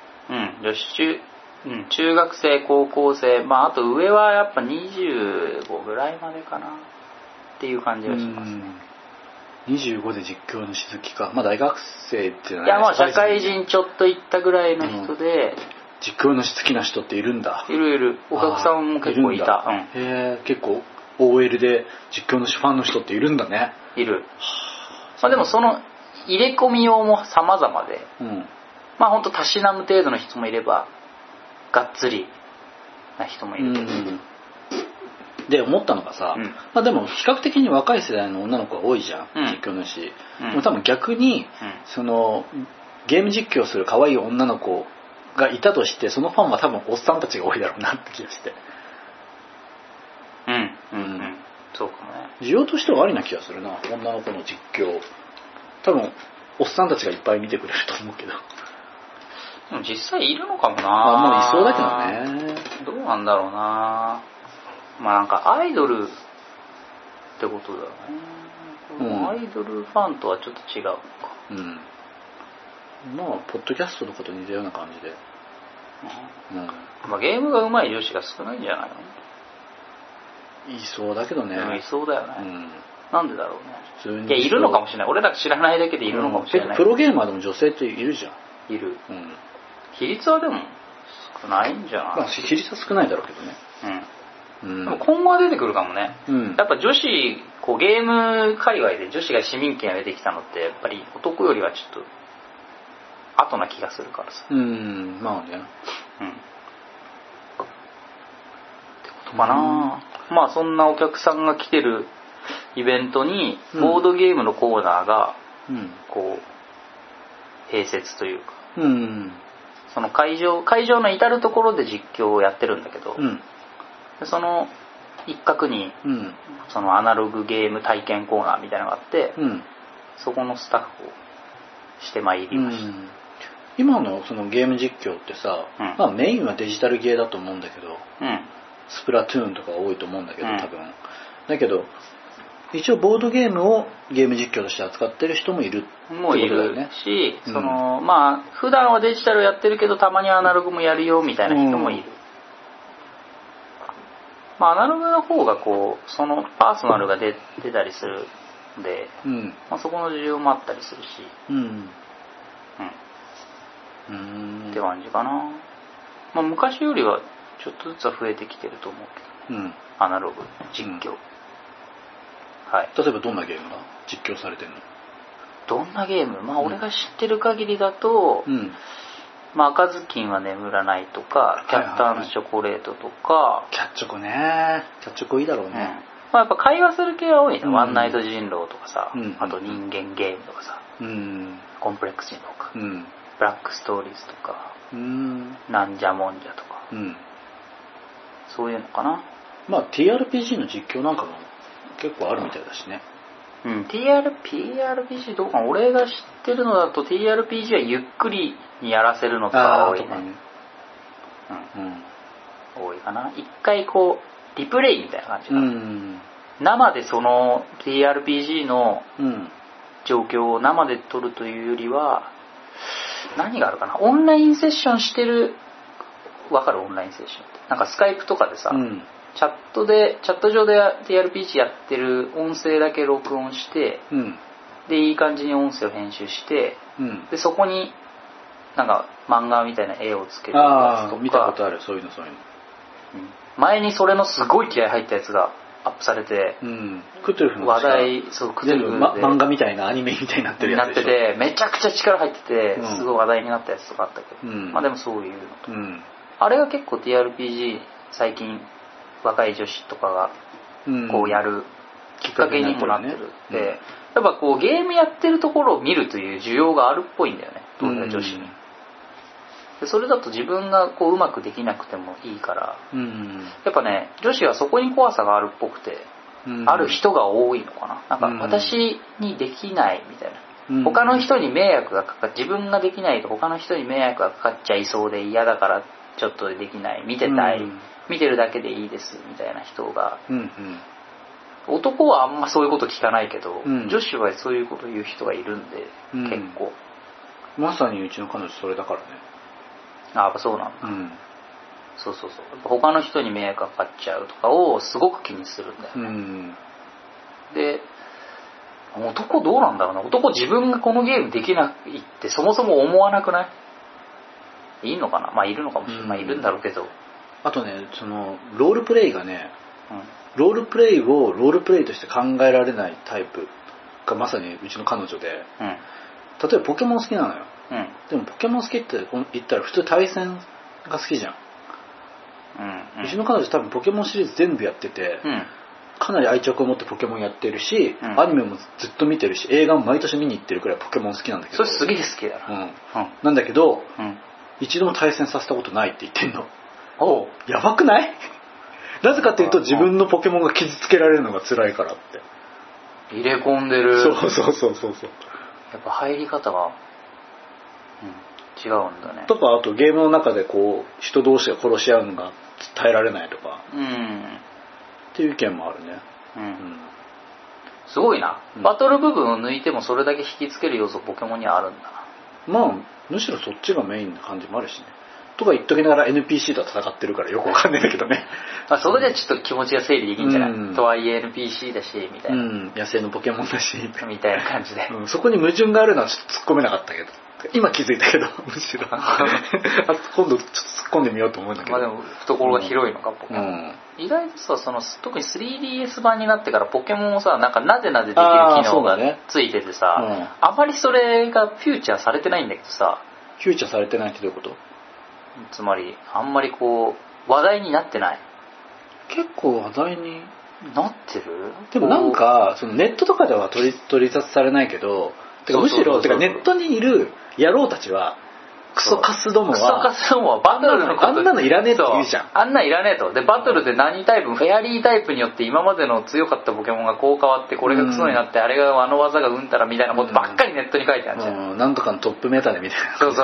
中学生高校生、まああと上はやっぱ25ぐらいまでかなっていう感じがしますね。 25で実況のしずきか。まあ大学生っていうのは、 いやまあ社会人ちょっと行ったぐらいの人で、 実況の好きな人っているんだ。 いるお客さんも結構いた。 結構 OL で実況のファンの人っているんだね。 いる。まあでもその入れ込み用も様々で、まあほんとたしなむ程度の人もいればがっつりな人もいるけど、 で思ったのがさ、まあでも比較的に若い世代の女の子が多いじゃん、実況主。でも多分逆に、そのゲーム実況する可愛い女の子がいたとして、そのファンは多分おっさんたちが多いだろうなって気がして。 そうかもね。 需要としてはありな気がするな、女の子の実況。多分おっさんたちがいっぱい見てくれると思うけど。 でも実際いるのかもな。 もういそうだけどね。 どうなんだろうな。まあなんかアイドルってことだよね。アイドルファンとはちょっと違うのか。 まあポッドキャストとかと似たような感じで。 まあゲームが上手い女子が少ないんじゃないの？ いそうだけどね。 いそうだよね。なんでだろうね。いやいるのかもしれない。俺ら知らないだけでいるのかもしれない。 プロゲーマーでも女性っているじゃん。 いる。比率はでも少ないんじゃない？ まあ比率は少ないだろうけどね。 でも今後は出てくるかもね。やっぱ女子こうゲーム界隈で女子が市民権が出てきたのってやっぱり男よりはちょっと後な気がするからさ。 まあね。 ってことかな。まあそんなお客さんが来てるイベントにボードゲームのコーナーがこう併設というか、その会場の至る所で実況をやってるんだけど、その一角にそのアナログゲーム体験コーナーみたいなのがあって、そこのスタッフをしてまいりました。 今のそのゲーム実況ってさ、まあメインはデジタルゲーだと思うんだけど、スプラトゥーンとかが多いと思うんだけど、多分だけど一応ボードゲームをゲーム実況として扱ってる人もいるってことだよね。 し、そのまあ普段はデジタルやってるけどたまにアナログもやるよみたいな人もいる。まあアナログの方がこうそのパーソナルが出たりするで、まあ、そこの需要もあったりするし、って感じかな。まあ、昔よりはちょっとずつは増えてきてると思うけど、アナログ実況、 はい。例えばどんなゲームが実況されてるの？ どんなゲーム？まあ俺が知ってる限りだと、まあ赤ずきんは眠らないとか、キャット&チョコレートとか、 キャッチョコね。キャッチョコいいだろうね。 まあやっぱ会話する系は多いね。ワンナイト人狼とかさ、あと人間ゲームとかさ、コンプレックス人狼とか、ブラックストーリーズとか、なんじゃもんじゃとか、そういうのかな。 まあ TRPG の実況なんかも結構あるみたいだしね。 TRPG どうかな。俺が知ってるのだと TRPG はゆっくりにやらせるのとか多いね。多いかな。一回こうリプレイみたいな感じかな。生でその TRPG の状況を生で撮るというよりは、何があるかな。オンラインセッションしてる、わかる？オンラインセッションって。なんかスカイプとかでさ、チャット上で TRPG やってる音声だけ録音して、でいい感じに音声を編集して、でそこになんか漫画みたいな絵をつけてるやつとか、 見たことある。そういうの、 前にそれのすごい気合入ったやつがアップされて、 クトゥルフの話題、そうクトゥルフで漫画みたいなアニメみたいになってるやつでしょ。 なっててめちゃくちゃ力入ってて、すごい話題になったやつとかあったけど、まあでもそういうのと、あれが結構 TRPG 最近若い女子とかがこうやるきっかけにもなってるって、やっぱこうゲームやってるところを見るという需要があるっぽいんだよね、どうやら女子に。でそれだと自分がこううまくできなくてもいいから、やっぱね女子はそこに怖さがあるっぽくて、ある人が多いのかな。なんか私にできないみたいな、他の人に迷惑がかかっ、自分ができないと他の人に迷惑がかかっちゃいそうで嫌だからちょっとできない、見てたい、見てるだけでいいですみたいな人が、男はあんまそういうこと聞かないけど、女子はそういうこと言う人がいるんで、結構まさにうちの彼女それだからね。 やっぱそうなんだ。そう他の人に迷惑がかかっちゃうとかをすごく気にするんだよね。で男どうなんだろうな。男自分がこのゲームできないってそもそも思わなくない？いいのかな。まあいるのかもしれない、まあいるんだろうけど。 あとね、そのロールプレイがね、ロールプレイをロールプレイとして考えられないタイプがまさにうちの彼女で、例えばポケモン好きなのよ。でもポケモン好きって言ったら普通対戦が好きじゃん。うちの彼女多分ポケモンシリーズ全部やってて、かなり愛着を持ってポケモンやってるし、アニメもずっと見てるし、映画も毎年見に行ってるくらいポケモン好きなんだけど。 それすげえ好きだな。 なんだけど、一度も対戦させたことないって言ってんの。やばくない？なぜかっていうと自分のポケモンが傷つけられるのが辛いからって。 入れ込んでる。 そう。 やっぱ入り方が、違うんだね。 とかあとゲームの中でこう人同士が殺し合うのが耐えられないとか、っていう意見もあるね。 すごいな。バトル部分を抜いてもそれだけ引きつける要素ポケモンにはあるんだな。まあむしろそっちがメインな感じもあるしね。とか言っときながら NPC と戦ってるからよくわかんないんだけどね。 それでちょっと気持ちが整理できるんじゃない、とはいえ NPC だしみたいな、 野生のポケモンだしみたいな感じで、 そこに矛盾があるのはちょっと突っ込めなかったけど、今気づいたけどむしろ今度ちょっと突っ込んでみようと思うんだけど。 まあでも懐が広いのか、ポケモン、意外とさ、特に 3DS 版になってからポケモンをさ、なんかなでなでできる機能がついててさ、あまりそれがフューチャーされてないんだけどさ。 フューチャーされてないってどういうこと？ つまりあんまりこう話題になってない。 結構話題になってる？ でもなんかそのネットとかでは取り沙汰されないけど、てかむしろネットにいる野郎たちはクソカスどもはバトルのことあんなのいらねえって言うじゃん。 あんなんいらねえと。でバトルで何タイプ、フェアリータイプによって今までの強かったポケモンがこう変わって、これがクソになって、あれがあの技がうんたらみたいなことばっかりネットに書いてあるじゃん。 なんとかのトップメタでみたいな。 そう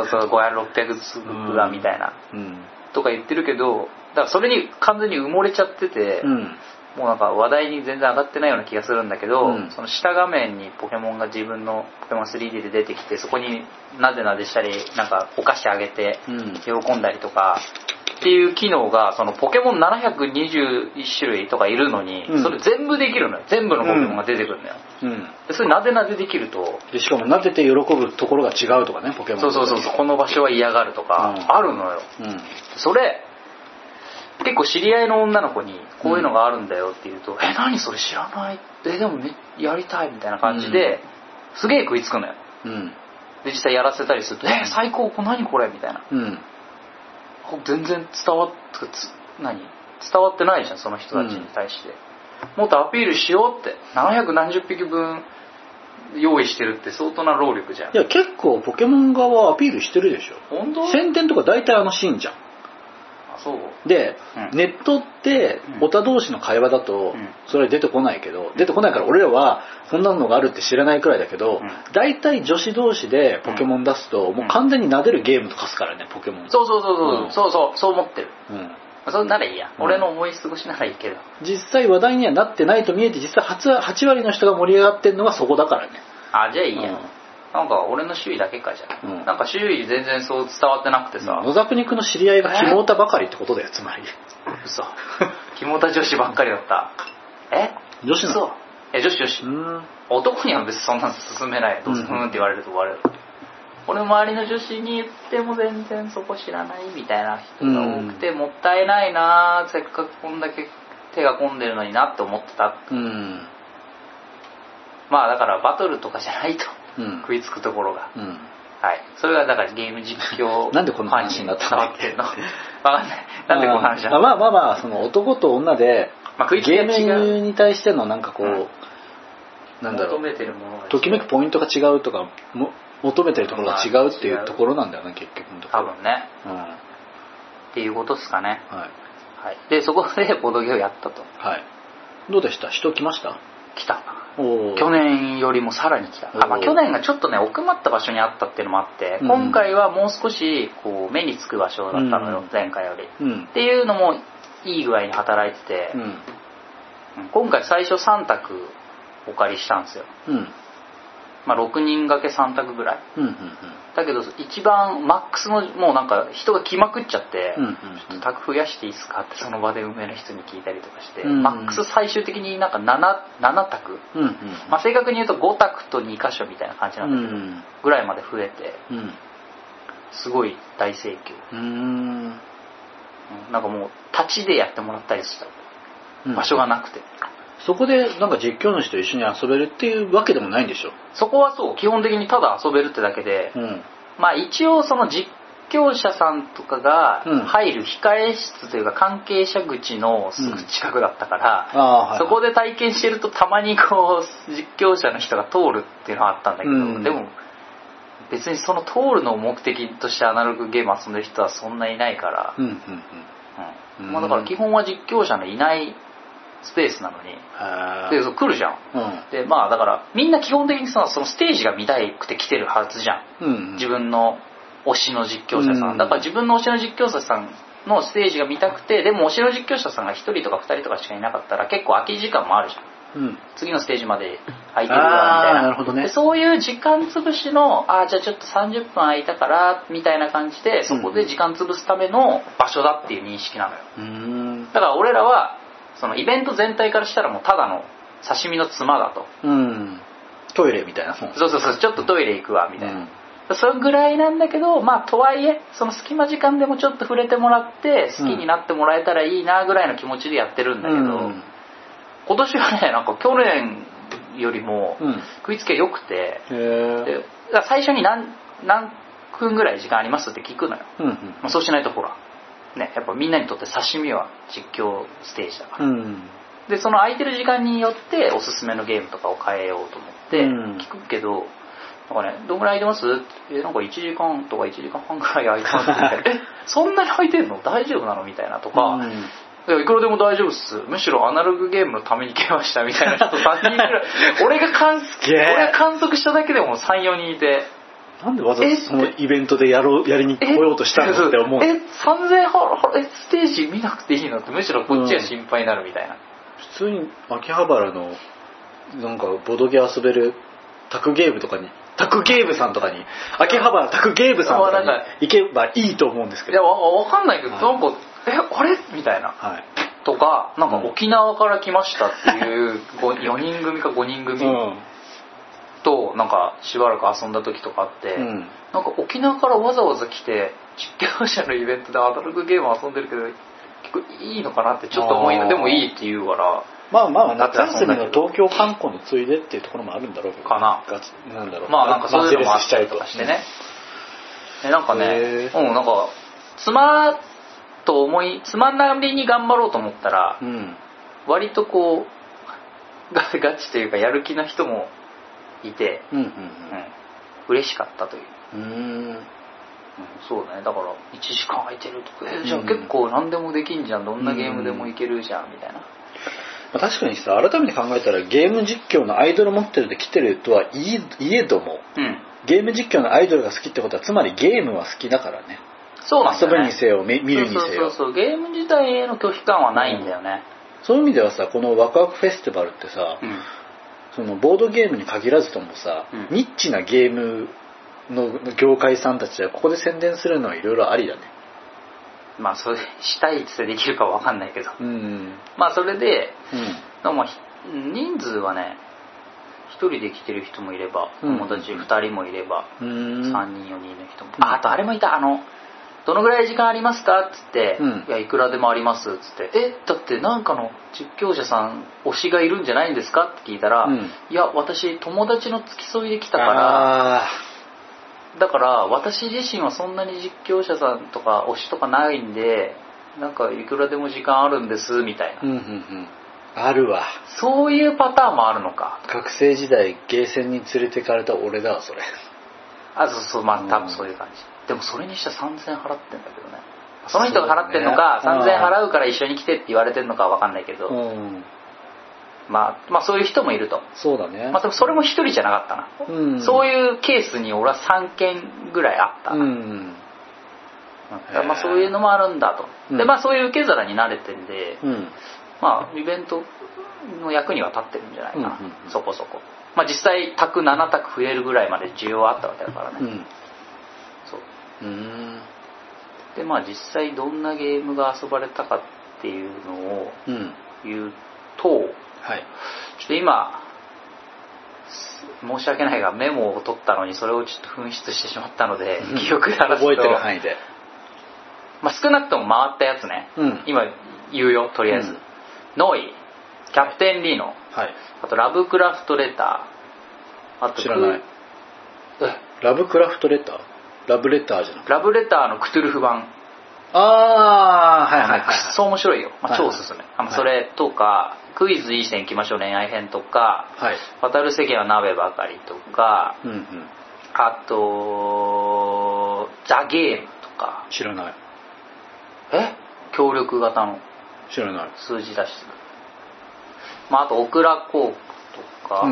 500、600がみたいな、とか言ってるけど、だからそれに完全に埋もれちゃってて、もうなんか話題に全然上がってないような気がするんだけど、その下画面にポケモンが自分のポケモン 3D で出てきて、そこになでなでしたりなんかお菓子あげて喜んだりとか、 っていう機能がそのポケモン721種類とかいるのに、それ全部できるのよ。全部のポケモンが出てくるのよ。でそれなでなでできると、 でしかもなでて喜ぶところが違うとかね、ポケモン。 そうこの場所は嫌がるとかあるのよ。それ結構知り合いの女の子にこういうのがあるんだよって言うと、何それ知らない、でもねやりたいみたいな感じで、すげえ食いつくのよ。で実際やらせたりすると最高、何これみたいな。全然伝わってないじゃん、その人たちに対して。もっとアピールしようって、700何十匹分用意してるって相当な労力じゃん。 いや結構ポケモン側はアピールしてるでしょ。 本当？ 宣伝とか大体あのシーンじゃん。 そうで、ネットってオタ同士の会話だとそれは出てこないけど、出てこないから俺らはそんなのがあるって知らないくらいだけど、大体女子同士でポケモン出すともう完全に撫でるゲームと化すからね、ポケモン。 そう思ってる。それならいいや、俺の思い過ごしならいいけど、 実際話題にはなってないと見えて、実際 8割の人が盛り上がってるのがそこだからね。 じゃあいいや、なんか俺の周囲だけかじゃん、なんか周囲全然そう伝わってなくてさ、 野沢肉の知り合いがキモータばかりってことだよ、つまり。 嘘キモータ女子ばっかりだった。 女子なの？ 女子男には別にそんなの勧めない。どうせって言われると終わる。俺周りの女子に言っても全然そこ知らないみたいな人が多くて、もったいないな、せっかくこんだけ手が込んでるのになって思ってた。まあだからバトルとかじゃないと、食いつくところが、はい、それがだからゲーム実況なんでこの話になったの？ 伝わってんの分かんない。なんでこの話なの？ まあその男と女で、ゲームに対してのなんかこう、なんだろう、 求めてるものがときめくポイントが違うとか求めてるところが違うっていうところなんだよね、結局のところ。 多分ね、っていうことですかね。でそこでボドゲをやったと。 どうでした？人来ました？ 来た。去年よりもさらに来た。去年がちょっとね奥まった場所にあったっていうのもあって、今回はもう少しこう目につく場所だったのよ、前回より、っていうのもいい具合に働いてて、今回最初3択お借りしたんですよ。6人掛け3択ぐらい、だけど一番マックスのもうなんか人が来まくっちゃって、ちょっと卓増やしていいですかってその場で運営の人に聞いたりとかして、マックス最終的になんか 7択、正確に言うと5択と2箇所みたいな感じなんだけど、ぐらいまで増えて、すごい大盛況。なんかもう立ちでやってもらったりした場所がなくて、 そこでなんか実況主と一緒に遊べるっていうわけでもないんでしょ？ そこはそう、基本的にただ遊べるってだけで、まあ一応その実況者さんとかが入る控え室というか関係者口のすぐ近くだったから、そこで体験してるとたまにこう実況者の人が通るっていうのはあったんだけど、でも別にその通るのを目的としてアナログゲーム遊んでる人はそんないないから、まあだから基本は実況者のいないスペースなのに、で来るじゃん、でまあだからみんな基本的にそのステージが見たくて来てるはずじゃん、自分の推しの実況者さん、だから自分の推しの実況者さんのステージが見たくて、でも推しの実況者さんが1人とか2人とかしかいなかったら結構空き時間もあるじゃん、次のステージまで空いてるわみたいな、 なるほどね、 でそういう時間潰しのじゃあちょっと30分空いたからみたいな感じで、そこで時間潰すための場所だっていう認識なのよ、だから俺らはそのイベント全体からしたらもうただの刺身のつまだと、 トイレみたいな、 そうちょっとトイレ行くわみたいな、それぐらいなんだけど、まあとはいえその隙間時間でもちょっと触れてもらって好きになってもらえたらいいなぐらいの気持ちでやってるんだけど、今年はねなんか去年よりも食いつきが良くて、で最初に何分ぐらい時間ありますって聞くのよ、まあ、そうしないとほらね、やっぱみんなにとって刺身は実況ステージだから、でその空いてる時間によっておすすめのゲームとかを変えようと思って聞くけど、なんかね、どんぐらい空いてます？なんか1時間とか1時間半ぐらい空いてますみたいなそんなに空いてんの？大丈夫なの？みたいなとか、いくらでも大丈夫っす、むしろアナログゲームのために来ましたみたいな人3人ぐらい俺が観測しただけでも 3,4 人いて、 なんでわざわざそのイベントでやりに来ようとしたのって思う。 3000ステージ見なくていいのって、むしろこっちが心配になるみたいな、 普通に秋葉原のなんかボドゲ遊べるタクゲームとかに、タクゲームさんとかに、秋葉原タクゲームさんとかに行けばいいと思うんですけど、 いやわかんないけど、なんかあれみたいな、はい、とかなんか沖縄から来ましたっていう4人組か5人組となんかしばらく遊んだ時とかあって、なんか沖縄からわざわざ来て実況者のイベントでアナログゲーム遊んでるけど結構いいのかなってちょっと思いでもいいって言うから、 まあ夏休みの東京観光のついでっていうところもあるんだろうけどかな。 なんだろう、 まあなんかそういうのもあったりとかしてね、なんかね、なんかつまんなりに頑張ろうと思ったら、割とこうガチというかやる気な人もいて、嬉しかったという。そうだね、だから1時間空いてるとか、じゃあ結構何でもできんじゃん、どんなゲームでもいけるじゃんみたいな。 確かにさ、改めて考えたらゲーム実況のアイドル持ってるで来てるとはいえども、ゲーム実況のアイドルが好きってことはつまりゲームは好きだからね。 そうなんだよね。 遊ぶにせよ見るにせよ。 そうゲーム自体への拒否感はないんだよね。 そういう意味ではさ、このワクワクフェスティバルってさ、そのボードゲームに限らずともさ、ニッチなゲームの業界さんたちはここで宣伝するのはいろいろありだね。 まあそれしたいってできるかわかんないけど、まあそれで、人数はね1人で来てる人もいれば友達2人もいれば3人4人の人も、あとあれもいた、どのぐらい時間ありますかっつって、いやいくらでもありますっつって、だってなんかの実況者さん推しがいるんじゃないんですかって聞いたら、いや私友達の付き添いで来たからだから私自身はそんなに実況者さんとか推しとかないんでなんかいくらでも時間あるんですみたいな、 あるわ。 そういうパターンもあるのか。 学生時代ゲーセンに連れてかれた俺だわそれ。 そうまあ多分そういう感じ。でもそれにしては3000円払ってんだけどね。その人が払ってんのか、3000円払うから一緒に来てって言われてんのかは分かんないけど、まあそういう人もいると。 そうだね。 まあでもそれも一人じゃなかったな、そういうケースに俺は3件ぐらいあったな、まあそういうのもあるんだと、でまあそういう受け皿に慣れてんで、まあイベントの役には立ってるんじゃないかな、そこそこ。まあ実際卓7卓増えるぐらいまで需要はあったわけだからね、でまあ実際どんなゲームが遊ばれたかっていうのを言うと、ちょっと今申し訳ないがメモを取ったのにそれをちょっと紛失してしまったので、記憶が覚えてる範囲で、 まあ、少なくとも回ったやつね、今言うよとりあえず、ノイ、キャプテンリーノ、あとラブクラフトレター、あと知らない。ラブクラフトレター、ラブレターじゃなくてラブレターのクトゥルフ版、 くっそ面白いよ、超おすすめ、それとかクイズいい線いきましょう恋愛編とか、渡る世間は鍋ばかりとか、あとザ・ゲームとか。 知らない。 協力型の知らない。 数字出してる、あとオクラコークとか、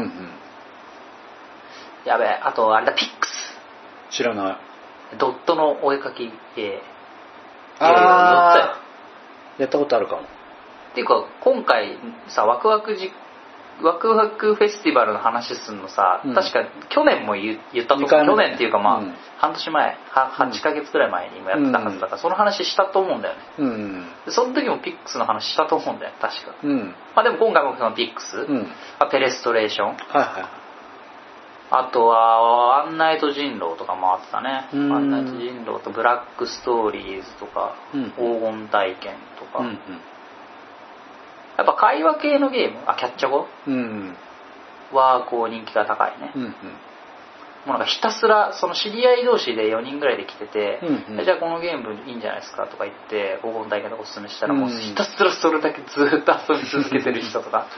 やべえ、あとあれだ、ピックス知らない。 ドットのお絵描き絵やったことあるかも。 っていうか今回さワクワクフェスティバルの話すんのさ、確か去年も言ったと思う。去年っていうか半年前、8ヶ月くらい前にもやってたはずだから、その話したと思うんだよね、その時もピックスの話したと思うんだよ確か、まあでも今回もそのピックス、ペレストレーション、あとはアンナイト人狼とかもあってたね。アンナイト人狼とブラックストーリーズとか、黄金体験とか、やっぱ会話系のゲーム、キャッチャゴ、はこう人気が高いね、もうなんかひたすらその知り合い同士で4人ぐらいで来てて、じゃあこのゲームいいんじゃないですかとか言って黄金体験とかおすすめしたら、もうひたすらそれだけずっと遊び続けてる人とか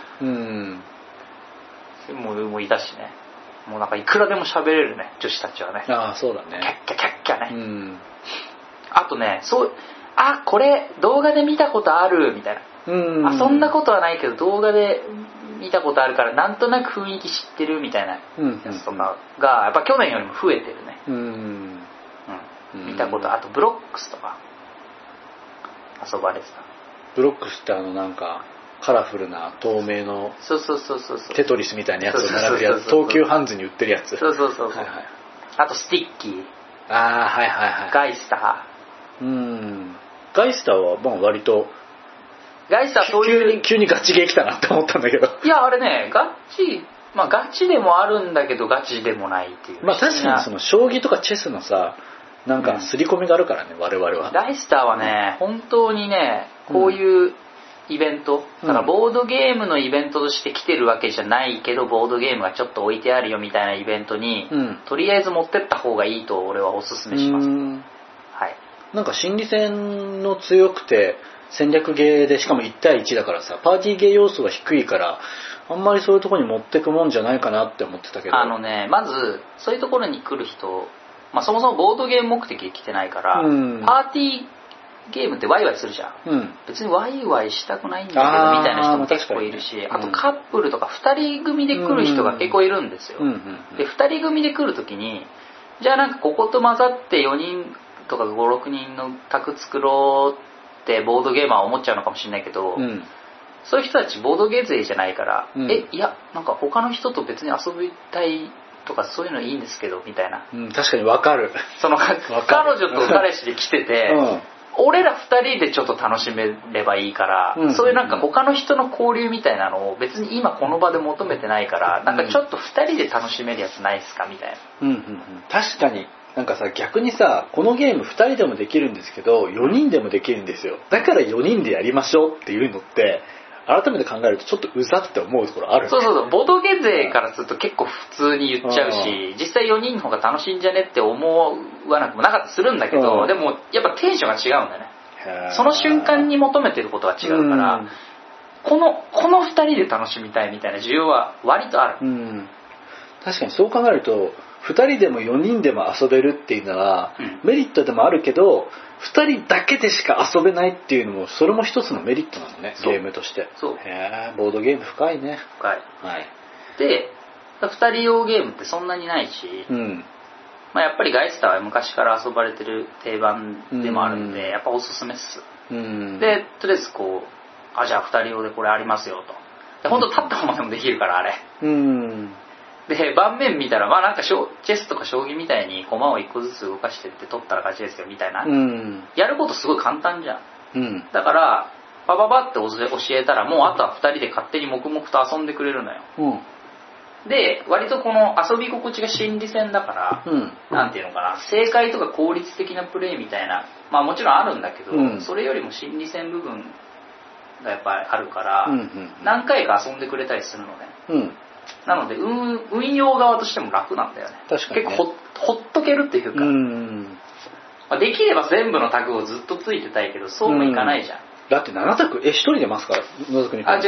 もういたしね。もうなんかいくらでも喋れるね女子たちはね。 そうだね。 キャッキャね。あとね、これ動画で見たことあるみたいな。そんなことはないけど動画で見たことあるからなんとなく雰囲気知ってるみたいなやつとかがやっぱ去年よりも増えてるね。見たこと、あとブロックスとか遊ばれてた。 ブロックスってなんかカラフルな透明のテトリスみたいなやつを並べるやつ、東急ハンズに売ってるやつ。あとスティッキー、 ガイスター、 ガイスターはまあ割とガイスターそういう急にガチゲー来たなって思ったんだけど、 いやあれねガチでもあるんだけどガチでもないっていう。 まあ確かにその将棋とかチェスのさなんか刷り込みがあるからね、我々は。 ガイスターはね、本当にねこういうイベント、だからボードゲームのイベントとして来てるわけじゃないけどボードゲームがちょっと置いてあるよみたいなイベントに、とりあえず持ってった方がいいと俺はおすすめします。はい。 なんか心理戦の強くて戦略ゲーでしかも1対1だからさ、パーティーゲー要素が低いからあんまりそういうところに持ってくもんじゃないかなって思ってたけど、 まずそういうところに来る人、そもそもボードゲーム目的で来てないから、パーティーゲームってワイワイするじゃん、別にワイワイしたくないんだけどみたいな人も結構いるし、あとカップルとか2人組で来る人が結構いるんですよ、で2人組で来る時にじゃあなんかここと混ざって4人とか5、6人の卓作ろうってボードゲーマーは思っちゃうのかもしれないけど、そういう人たちボードゲー勢じゃないから、いやなんか他の人と別に遊びたいとかそういうのいいんですけどみたいな、 確かに分かる。 その彼女と彼氏で来てて、俺ら2人でちょっと楽しめればいいから、そういうなんか他の人の交流みたいなのを別に今この場で求めてないから、なんかちょっと2人で楽しめるやつないっすかみたいな。 確かになんかさ、逆にさこのゲーム2人でもできるんですけど4人でもできるんですよ、だから4人でやりましょうっていうのって改めて考えるとちょっとうざって思うところある、ね、 そうボドゲ勢からすると結構普通に言っちゃうし、実際4人の方が楽しいんじゃねって思わなくもなかったりするんだけど、でもやっぱテンションが違うんだよね。その瞬間に求めてることは違うから、この2人で楽しみたいみたいな需要は割とある。 確かにそう考えると2人でも4人でも遊べるっていうのはメリットでもあるけど、2人だけでしか遊べないっていうのもそれも一つのメリットなのね、ゲームとして。ボードゲーム深いね。 深い、で2人用ゲームってそんなにないし、やっぱりガイスターは昔から遊ばれてる定番でもあるんで、やっぱおすすめっす。でとりあえずこうじゃあ2人用でこれありますよと。で本当立ったままでもできるからあれ。で盤面見たらなんかチェスとか将棋みたいに駒を1個ずつ動かしてって取ったら勝ちですよみたいな、やることすごい簡単じゃん、だからパパパって教えたらもうあとは2人で勝手に黙々と遊んでくれるのよ、で割とこの遊び心地が心理戦だから、なんていうのかな、正解とか効率的なプレイみたいなもちろんあるんだけど、それよりも心理戦部分がやっぱりあるから、何回か遊んでくれたりするのね、なので運用側としても楽なんだよね。 確かにね、 結構ほっとけるっていうか、できれば全部のタグをずっとついてたいけどそうもいかないじゃん、 だって7択1人でますから野崎に 7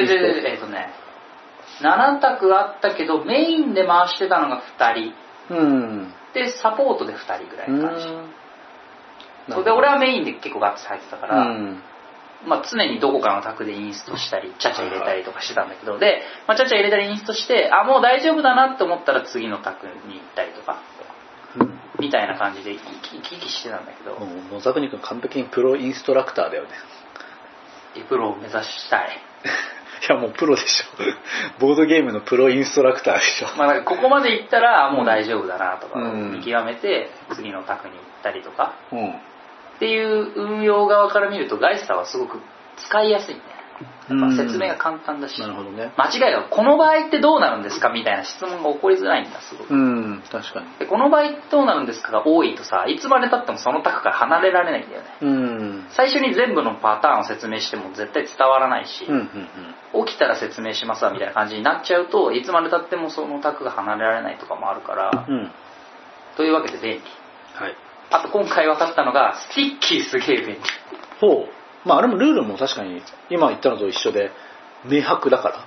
択あったけどメインで回してたのが2人、でサポートで2人ぐらいの感じ、で俺はメインで結構ガッツ入ってたから、常にどこかの卓でインストしたりチャチャ入れたりとかしてたんだけど、で、チャチャ入れたりインストしてもう大丈夫だなって思ったら次の卓に行ったりとか、みたいな感じで行き来してたんだけど、 野沢君完璧にプロインストラクターだよね。 プロを目指したい。 いやもうプロでしょボードゲームのプロインストラクターでしょ。 だからここまで行ったらもう大丈夫だなとか見極めて次の卓に行ったりとか、っていう運用側から見るとガイスターはすごく使いやすいね。やっぱ説明が簡単だし、 なるほどね、 間違いがこの場合ってどうなるんですかみたいな質問が起こりづらいんだすごく。 確かに。 でこの場合どうなるんですかが多いとさ、いつまでたってもその卓から離れられないんだよね。最初に全部のパターンを説明しても絶対伝わらないし、起きたら説明しますわみたいな感じになっちゃうといつまでたってもその卓が離れられないとかもあるから、というわけで便利。あと今回分かったのがスティッキーすげえ便利。 あれもルールも確かに今言ったのと一緒で明白だから、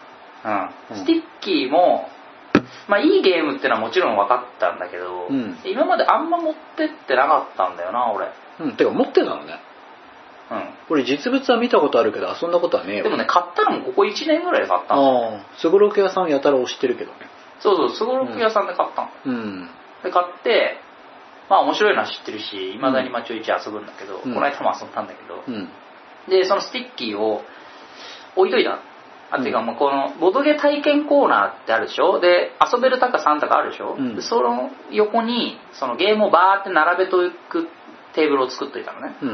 スティッキーもいいゲームってのはもちろん分かったんだけど、今まであんま持ってってなかったんだよな俺。 てか持ってたのね。俺実物は見たことあるけど遊んだことはねえよ。 でもね買ったのもここ1年ぐらいで買ったの。 すごろく屋さんやたら推してるけどね。 そうすごろく屋さんで買ったの、で買って面白いのは知ってるしいまだにちょいちょい遊ぶんだけど、この間も遊んだんだけど、でそのスティッキーを置いといた。ていうかこのボドゲ体験コーナーってあるでしょ。で遊べる卓3卓あるでしょ、でその横にそのゲームをバーって並べとくテーブルを作っといたのね、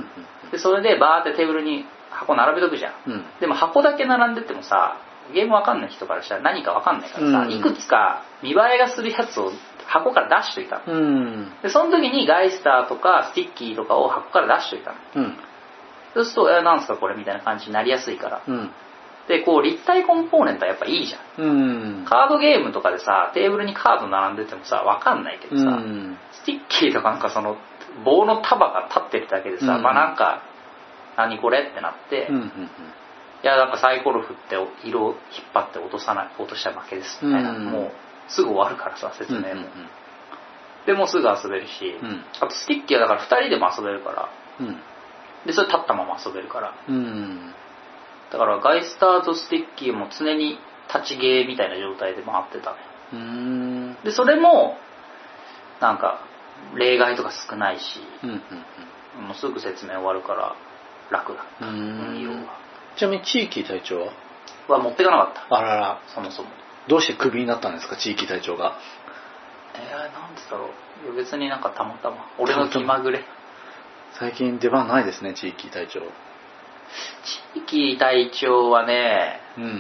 でそれでバーってテーブルに箱並べとくじゃん、でも箱だけ並んでてもさゲームわかんない人からしたら何かわかんないからさ、いくつか見栄えがするやつを箱から出しといたの、でその時にガイスターとかスティッキーとかを箱から出しといたの、そうするとなんすかこれみたいな感じになりやすいから、でこう立体コンポーネントはやっぱいいじゃん、カードゲームとかでさテーブルにカード並んでてもさわかんないけどさ、スティッキーとかなんかその棒の束が立ってるだけでさ、まあなんか何これってなって、いやなんかサイコロ振って色を引っ張って落としたら負けですみたいな、もうすぐ終わるからさ説明も、でもうすぐ遊べるし、あとスティッキーはだから2人でも遊べるから、でそれ立ったまま遊べるから、だからガイスターとスティッキーも常に立ちゲーみたいな状態で回ってたね。でそれもなんか例外とか少ないし、もうすぐ説明終わるから楽だった、運用は。 ちなみに地域隊長は持っていかなかった。 あらら。 そもそもどうしてクビになったんですか地域隊長が。 なんでだろう。いや別になんかたまたま俺の気まぐれ。 最近出番ないですね地域隊長。 地域隊長はね、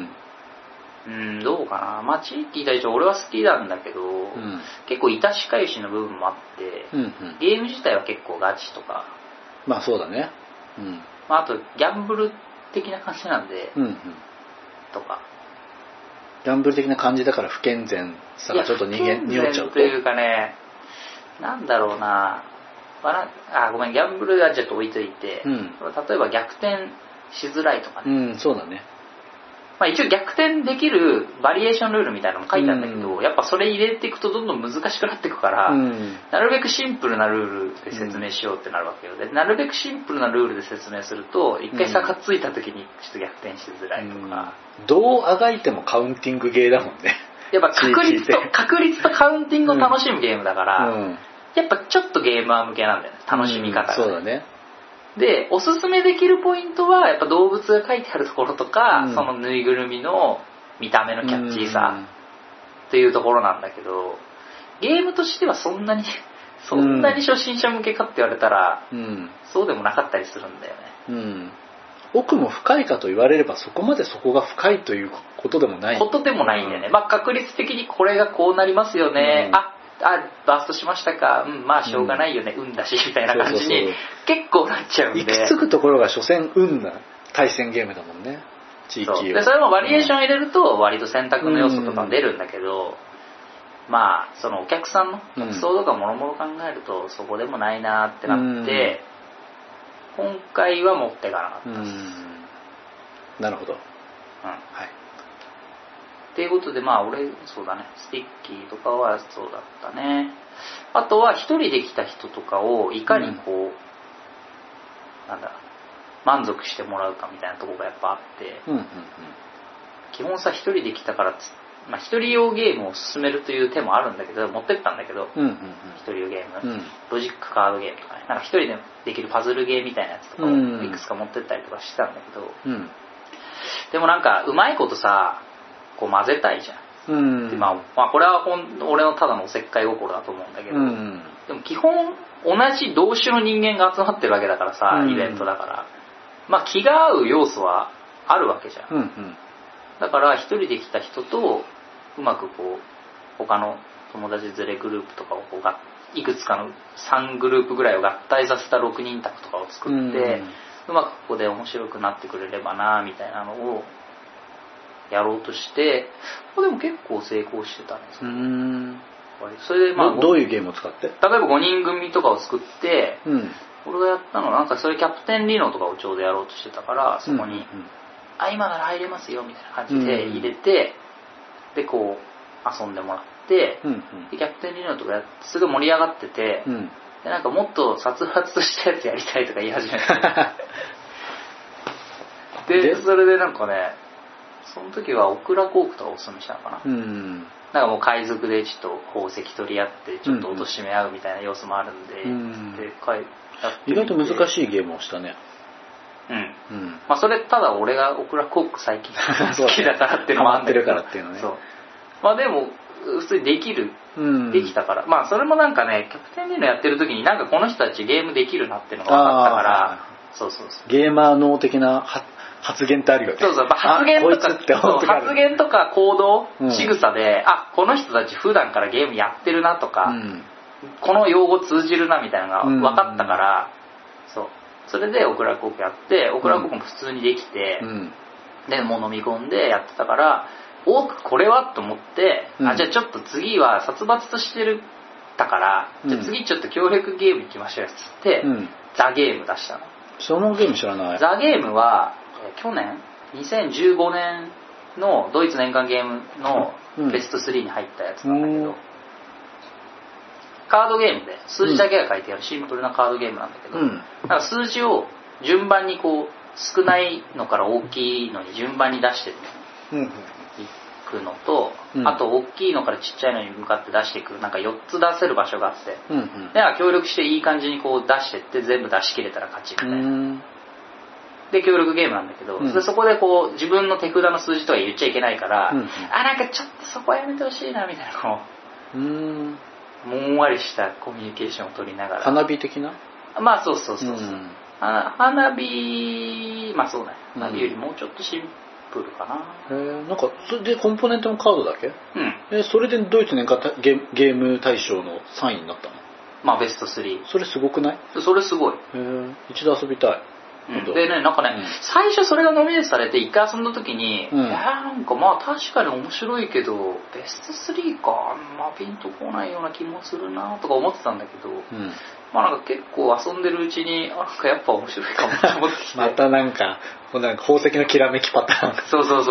どうかな。まあ地域隊長俺は好きなんだけど、結構いたしかゆしの部分もあって、ゲーム自体は結構ガチとか。 まあそうだね。 まああとギャンブル的な感じなんで、とか。 ギャンブル的な感じだから不健全さがちょっと匂っちゃうと。 というかね、なんだろうな。ごめんギャンブルはちょっと置いといて、例えば逆転しづらいとかね。 そうだね。 まあ一応逆転できるバリエーションルールみたいなのも書いてあるんだけど、やっぱそれ入れていくとどんどん難しくなっていくから、なるべくシンプルなルールで説明しようってなるわけよ。でなるべくシンプルなルールで説明すると一回差がついた時にちょっと逆転しづらいとか、 どうあがいてもカウンティングゲーだもんね。 やっぱ確率とカウンティングを楽しむゲームだから、やっぱちょっとゲーマー向けなんだよね、楽しみ方が、 そうだね。 でおすすめできるポイントはやっぱ動物が書いてあるところとか、そのぬいぐるみの見た目のキャッチーさっていうところなんだけど、ゲームとしてはそんなに初心者向けかって言われたら、そうでもなかったりするんだよね。 奥も深いかと言われればそこまでそこが深いということでもないんだよね。まあ確率的にこれがこうなりますよね、バーストしましたか、まあしょうがないよね、運だしみたいな感じに結構なっちゃうんで、 行き着くところが所詮運な対戦ゲームだもんね、地域は。 でそれもバリエーション入れると割と選択の要素とか出るんだけど、まあそのお客さんの客層とかもろもろ考えるとそこでもないなってなって、今回は持っていかなかったです。 なるほど。 っていうことでまあ俺そうだね、スティッキーとかはそうだったね。あとは一人で来た人とかをいかにこう、満足してもらうかみたいなところがやっぱあって、基本さ一人で来たからまあ一人用ゲームを進めるという手もあるんだけど、持ってったんだけど、一人用ゲーム、ロジックカードゲームとかね、なんか一人でできるパズルゲーみたいなやつとかをいくつか持ってったりとかしてたんだけど、でもなんかうまいことさこう混ぜたいじゃん。でまあこれは俺のただのおせっかい心だと思うんだけど、でも基本同じ同種の人間が集まってるわけだからさ、イベントだから、まあ気が合う要素はあるわけじゃん。だから一人で来た人とうまくこう他の友達連れグループとかをこういくつかの3グループぐらいを合体させた6人宅とかを作って、うまくここで面白くなってくれればなみたいなのをやろうとして、でも結構成功してたんですよ。それでまあどういうゲームを使って？ 例えば5人組とかを作って、俺がやったのはなんかそれキャプテンリノとかをちょうどやろうとしてたから、そこに、今なら入れますよみたいな感じで入れて、でこう遊んでもらって、でキャプテンリノとかやってすごい盛り上がってて、でなんかもっと殺伐としたやつやりたいとか言い始めてでそれでなんかね、その時はオクラコークとかおすすめしたのかな、なんかもう海賊でちょっと宝石取り合ってちょっと貶め合うみたいな要素もあるんで、で意外と難しいゲームをしたね。 まあそれただ俺がオクラコーク最近好きだからっていうのもあってるからっていうのね。まあでも普通にできたから、まあそれもなんかね、キャプテンリノやってる時になんかこの人たちゲームできるなっていうのが分かったから、 そうそうそう。 ゲーマー脳的な発言ってあるよね。 そうそう、発言とか行動、仕草で、この人たち普段からゲームやってるなとか、この用語通じるなみたいなのが分かったから、そう。それでオクラコークやって、オクラコークも普通にできて、で、もう飲み込んでやってたから、これはと思って、じゃあちょっと次は殺伐としてるだから、じゃあ次ちょっと協力ゲーム行きましょうよっつって、ザ・ゲーム出したの。 そのゲーム知らない。 ザ・ゲームは、去年2015年のドイツ年間ゲームのベスト3に入ったやつなんだけど、カードゲームで数字だけが書いてあるシンプルなカードゲームなんだけど、なんか数字を順番にこう少ないのから大きいのに順番に出していくのと、あと大きいのからちっちゃいのに向かって出していくなんか4つ出せる場所があって、で協力していい感じにこう出してって全部出し切れたら勝ちみたいな。で協力ゲームなんだけど、そこでこう自分の手札の数字とか言っちゃいけないから、なんかちょっとそこはやめてほしいなみたいなこうもんわりしたコミュニケーションを取りながら。 花火的な？ まあそうそうそう。花火、まあそうね。花火よりもうちょっとシンプルかな。 なんかそれでコンポーネントのカードだけ？それでドイツ年間ゲーム大賞の3位になったの？ まあベスト3。 それすごくない？ それすごい。 一度遊びたい。 でね、なんかね、最初それがノミネートされて一回遊んだ時に、なんかまあ確かに面白いけどベスト3かまあピンとこないような気もするなとか思ってたんだけど、まあなんか結構遊んでるうちになんかやっぱ面白いかもって思ってきてまたなんか宝石のきらめきパターン。 そうそう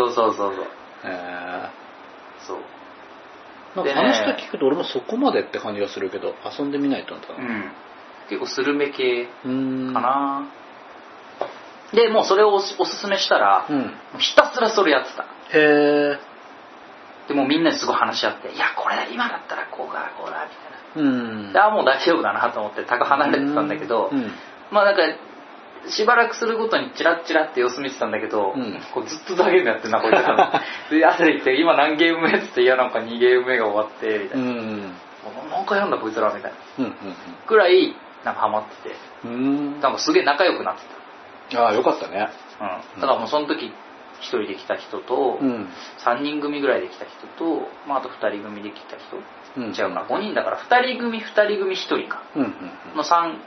なんか話が聞くと俺もそこまでって感じがするけど遊んでみないとなんだな。 結構スルメ系かな。でもうそれをおすすめしたら、ひたすらそれやってた。でもうみんなですごい話し合って、いやこれ今だったらこうだみたいな。でもう大丈夫だなと思って高離れてたんだけど、まあなんかしばらくするごとにチラッチラって様子見てたんだけど、こうずっとザゲームやってんなこいつら。で後で言って今何ゲーム目っつって、いやなんか2ゲーム目が終わってみたいな。何回やるんだこいつらみたいな。くらいなんかハマってて、なんかすげえ仲良くなってた。 よかったね。 だからもうその時1人で来た人と、3人組ぐらいで来た人と、まあ、あと2人組で来た人、違うか5人だから2人組1人か、の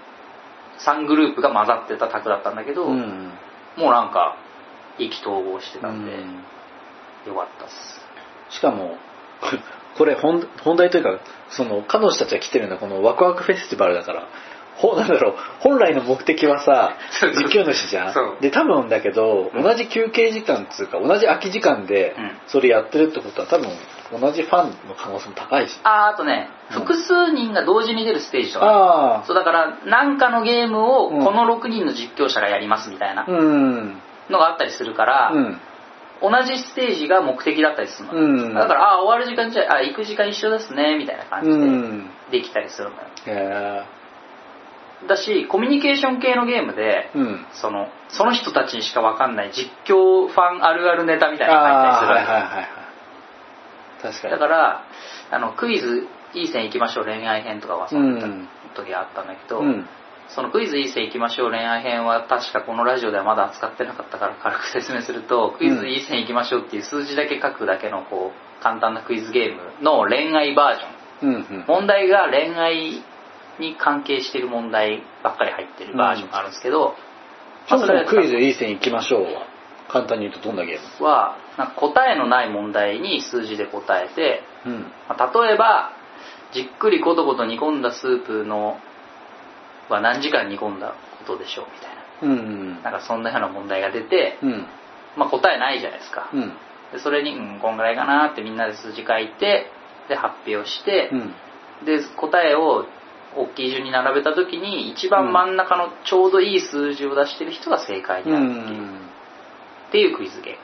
3グループが混ざってた卓だったんだけど、もうなんか意気投合してたんで、よかったっす。 しかもこれ本題というかその彼女たちが来てるのはこのワクワクフェスティバルだから。なんだろう、本来の目的はさ実況主じゃん。で多分だけど、同じ休憩時間っていうか同じ空き時間でそれやってるってことは多分同じファンの可能性も高いし。 あとね、複数人が同時に出るステージとか、そうだから何かのゲームをこの6人の実況者がやりますみたいなのがあったりするから、同じステージが目的だったりするの。だから終わる時間行く時間一緒ですねみたいな感じでできたりするのよ。だしコミュニケーション系のゲームで、その人たちにしか分かんない実況ファンあるあるネタみたいなのが入ったりする。確かに。だからクイズいい線いきましょう恋愛編とかはその時あったんだけど、そのクイズいい線いきましょう恋愛編は確かこのラジオではまだ扱ってなかったから軽く説明すると、クイズいい線いきましょうっていう数字だけ書くだけのこう簡単なクイズゲームの恋愛バージョン、問題が恋愛に関係している問題ばっかり入ってるバージョンがあるんですけど、 そもそもクイズいい線いきましょうは簡単に言うとどんなゲームはなんか答えのない問題に数字で答えて、例えばじっくりコトコト煮込んだスープのは何時間煮込んだことでしょうみたいな、なんかそんなような問題が出て、まあ、答えないじゃないですか、でそれにこんぐらいかなってみんなで数字書いてで発表して、で答えを大きい順に並べた時に一番真ん中のちょうどいい数字を出してる人が正解になるっていうクイズゲームです、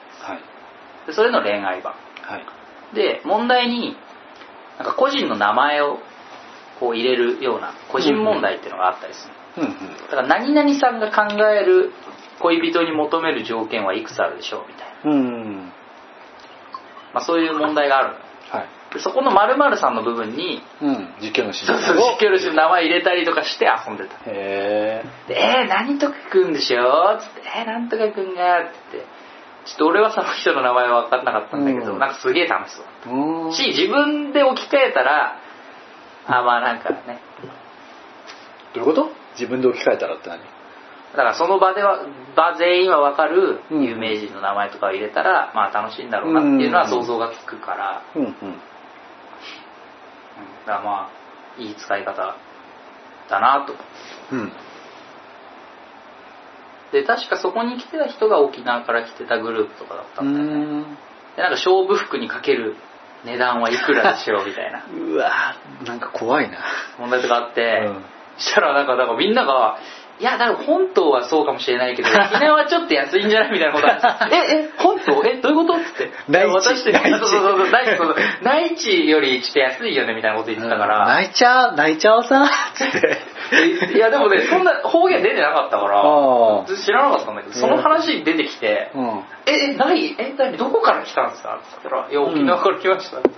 でそれの恋愛版、で問題になんか個人の名前をこう入れるような個人問題っていうのがあったりする、だから何々さんが考える恋人に求める条件はいくつあるでしょうみたいな、まあ、そういう問題があるの、 でそこの〇〇さんの部分に、 実況主の名前入れたりとかして遊んでた。 へで何とかくんでしょつってなんとかくんがって言って、ちょっと俺はその人の名前は分かんなかったんだけど、なんかすげえ楽しそうし、自分で置き換えたらまあなんかね。 どういうこと？自分で置き換えたらって何？ だからその場全員は分かる有名人の名前とかを入れたら、まあ楽しいんだろうなっていうのは想像がつくから、だからまあいい使い方だなと思って、で確かそこに来てた人が沖縄から来てたグループとかだったんだよね。でなんか勝負服にかける値段はいくらでしょうみたいなうわなんか怖いな問題とかあって、したらなんかみんながいやだから本島はそうかもしれないけど沖縄はちょっと安いんじゃないみたいなことある本島どういうことって内地よりちょっと安いよねみたいなこと言ってたから、 内地はさっていやでもねそんな方言出てなかったから知らなかったんだけど、その話出てきて何どこから来たんですかって言ったらいや沖縄から来ました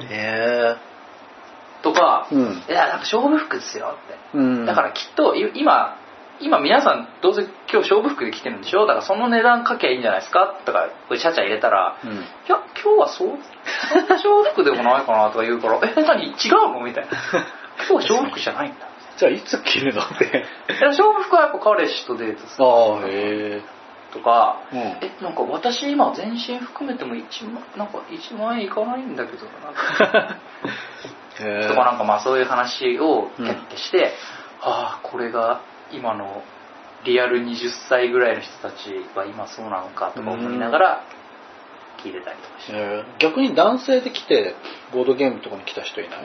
とか、いやなんか勝負服ですよって、だからきっと今皆さんどうせ今日勝負服で来てるんでしょ、だからその値段書きゃいいんじゃないですかとかこれちゃちゃ入れたら、いや今日はそんな勝負服でもないかなとか言うから何違うのみたいな今日は勝負服じゃないんだじゃあいつ着るのって勝負服はやっぱ彼氏とデートするとか、なんか私今全身含めても1万円いかないんだけどなとかなんかまあそういう話をキャッキャして、これが今のリアル20歳ぐらいの人たちは今そうなのかとか思いながら聞いてたりとかして、 逆に男性で来てボードゲームとかに来た人いない？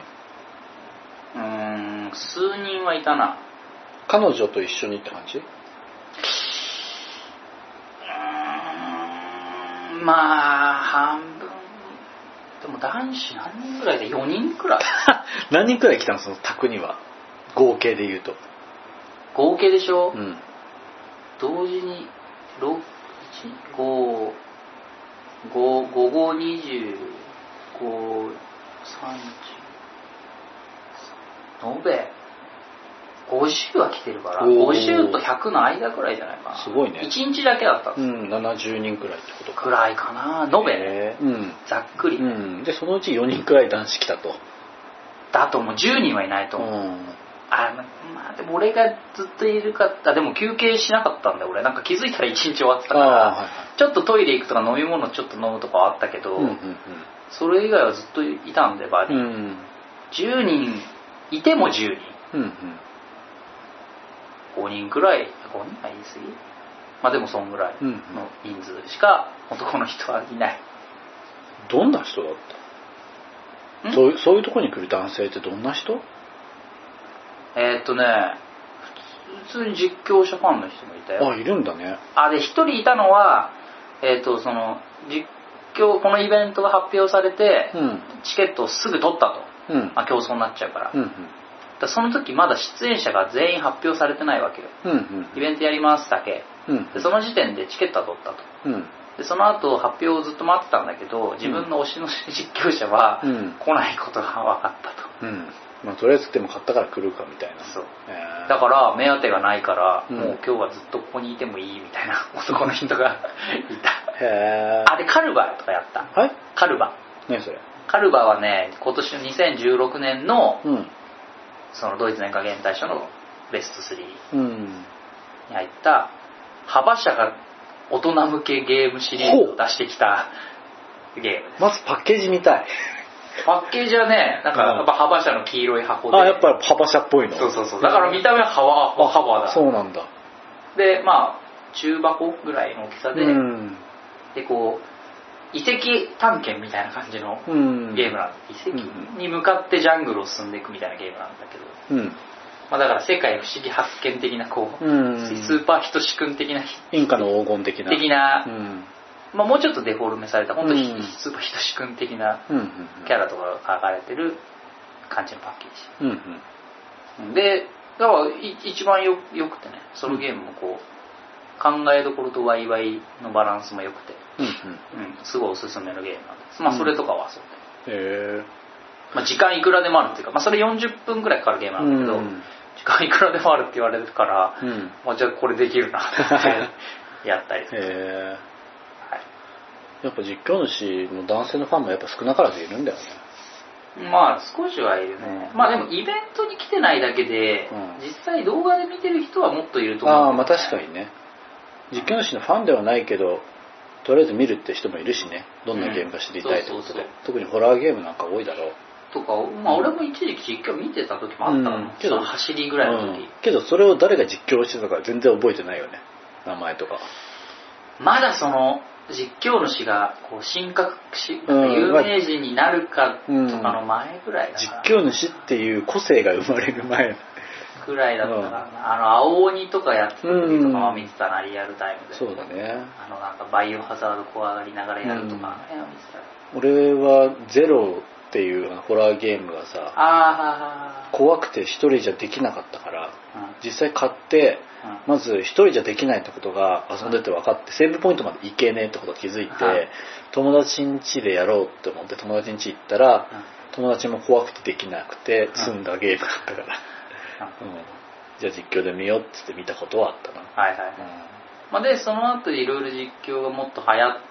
数人はいたな。 彼女と一緒にって感じ？ まあ半分でも男子何人ぐらいで4人くらい何人くらい来たのその宅には合計で言うと？ 合計でしょ、同時に5252530延べ50は来てるから50と100の間くらいじゃないかな。 すごいね。 1日だけだったんです70人くらいってことか。 くらいかな延べね、ざっくり、 でそのうち4人くらい男子来たと。 だともう10人はいないと思う、まあでも俺がずっといるかでも休憩しなかったんだよ俺。なんか気づいたら1日終わってたから、ちょっとトイレ行くとか飲み物ちょっと飲むとかはあったけど、それ以外はずっといたんでバーに、10人いても10人、5人くらい5人は言い過ぎ、まあでもそんぐらいの人数しか男の人はいない。 どんな人だった？そういうとこに来る男性ってどんな人？ 普通に実況者ファンの人もいたよ。 いるんだね。 で一人いたのはその実況このイベントが発表されて、チケットをすぐ取ったと、競争になっちゃうから、その時まだ出演者が全員発表されてないわけよ、イベントやりますだけ、でその時点でチケットは取ったと、でその後発表をずっと待ってたんだけど自分の推しの実況者は来ないことが分かったと、 とりあえずでも買ったから来るかみたいな。 そうだから目当てがないから、もう今日はずっとここにいてもいいみたいな男の人がいた。でカルバとかやった。カルバ。 何それ？ カルバはね今年の2016年の、そのドイツ年間ゲーム大賞のベスト3に入った幅社が大人向けゲームシリーズを出してきたゲームです。 まずパッケージ見たい。 パッケージはねなんかやっぱ幅社の黄色い箱で、 やっぱり幅社っぽいの。 そうだから見た目は幅だ。 そうなんだ。 でまあ中箱ぐらいの大きさで、でこう遺跡探検みたいな感じのゲームなんで、遺跡に向かってジャングルを進んでいくみたいなゲームなんだけど、まあ、だから世界不思議発見的なこう、スーパーヒトシ君的なインカの黄金的な、まあ、もうちょっとデフォルメされた本当にスーパーヒトシ君的なキャラとかが描かれてる感じのパッケージ、でだから一番よくてねそのゲームもこう考えどころとワイワイのバランスも良くて、すごいおすすめのゲームなんです。まあそれとかはそうで、 まあ、時間いくらでもあるっていうか、まあ、それ40分ぐらいかかるゲームなんだけど、時間いくらでもあるって言われるから、まあ、じゃあこれできるなってやったりとか。 やっぱ実況主の男性のファンもやっぱ少なからずいるんだよね。 まあ少しはいるね。まあでもイベントに来てないだけで、実際動画で見てる人はもっといると思う。 ああ、まあ確かにね。実況主のファンではないけど、とりあえず見るって人もいるしね。どんなゲームか知りたいってことで。特にホラーゲームなんか多いだろう。 とか、まあ俺も一時期実況見てた時もあったの。けど走りぐらいの時。 けどそれを誰が実況してたか全然覚えてないよね。名前とか。 まだその、実況主がこう神格有名人になるかとかの前ぐらいだから、 実況主っていう個性が生まれる前ぐらいだったからな、青鬼とかやってた時とかは見てたな、リアルタイムで。 そうだね。 なんかバイオハザード怖がりながらやるとか、見てた。 俺はゼロっていうホラーゲームがさ、怖くて一人じゃできなかったから、実際買ってまず一人じゃできないってことが遊んでて分かって、セーブポイントまで行けねえってこと気づいて、友達ん家でやろうって思って友達ん家行ったら、友達も怖くてできなくて済んだゲームだったから、じゃあ実況で見ようっつって見たことはあったな。 まあ、でその後いろいろ実況がもっと流行って、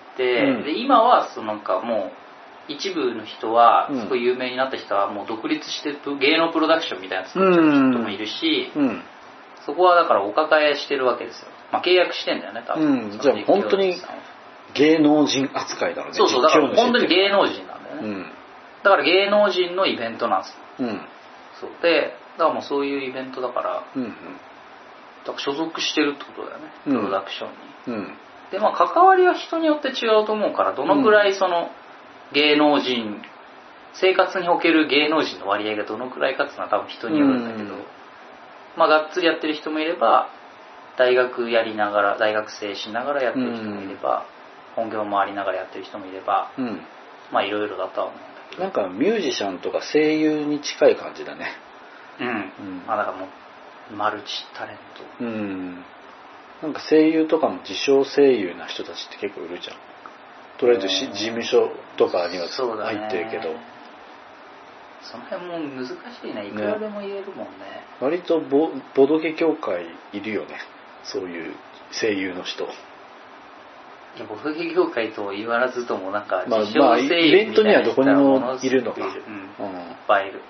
で今はそのなんかもう一部の人はすごい有名になった人はもう独立して芸能プロダクションみたいなやつ作っちゃう人もいるし、そこはだからお抱えしてるわけですよ。まあ契約してんだよね多分。 じゃあ本当に芸能人扱いだろうね。 そうだから本当に芸能人なんだよね。だから芸能人のイベントなんですよ。そうでだからもうそういうイベントだから、だから所属してるってことだよね、プロダクションに。でまあ関わりは人によって違うと思うから、どのくらいその芸能人生活における芸能人の割合がどのくらいかっていうのは多分人によるんだけど、まあがっつりやってる人もいれば、大学やりながら大学生しながらやってる人もいれば、本業回りながらやってる人もいれば、まあいろいろだとは思うんだけど、 なんかミュージシャンとか声優に近い感じだね。 まあだからもうマルチタレント。なんか声優とかも自称声優な人たちって結構いるじゃん。とりあえず事務所とかには入ってるけど、 その辺も難しいね。いくらでも言えるもんね。 割とボドゲ協会いるよね、そういう声優の人。 ボドゲ業界と言わらずともなんか自称声優イベントにはどこにもいるのか、いっぱいいる。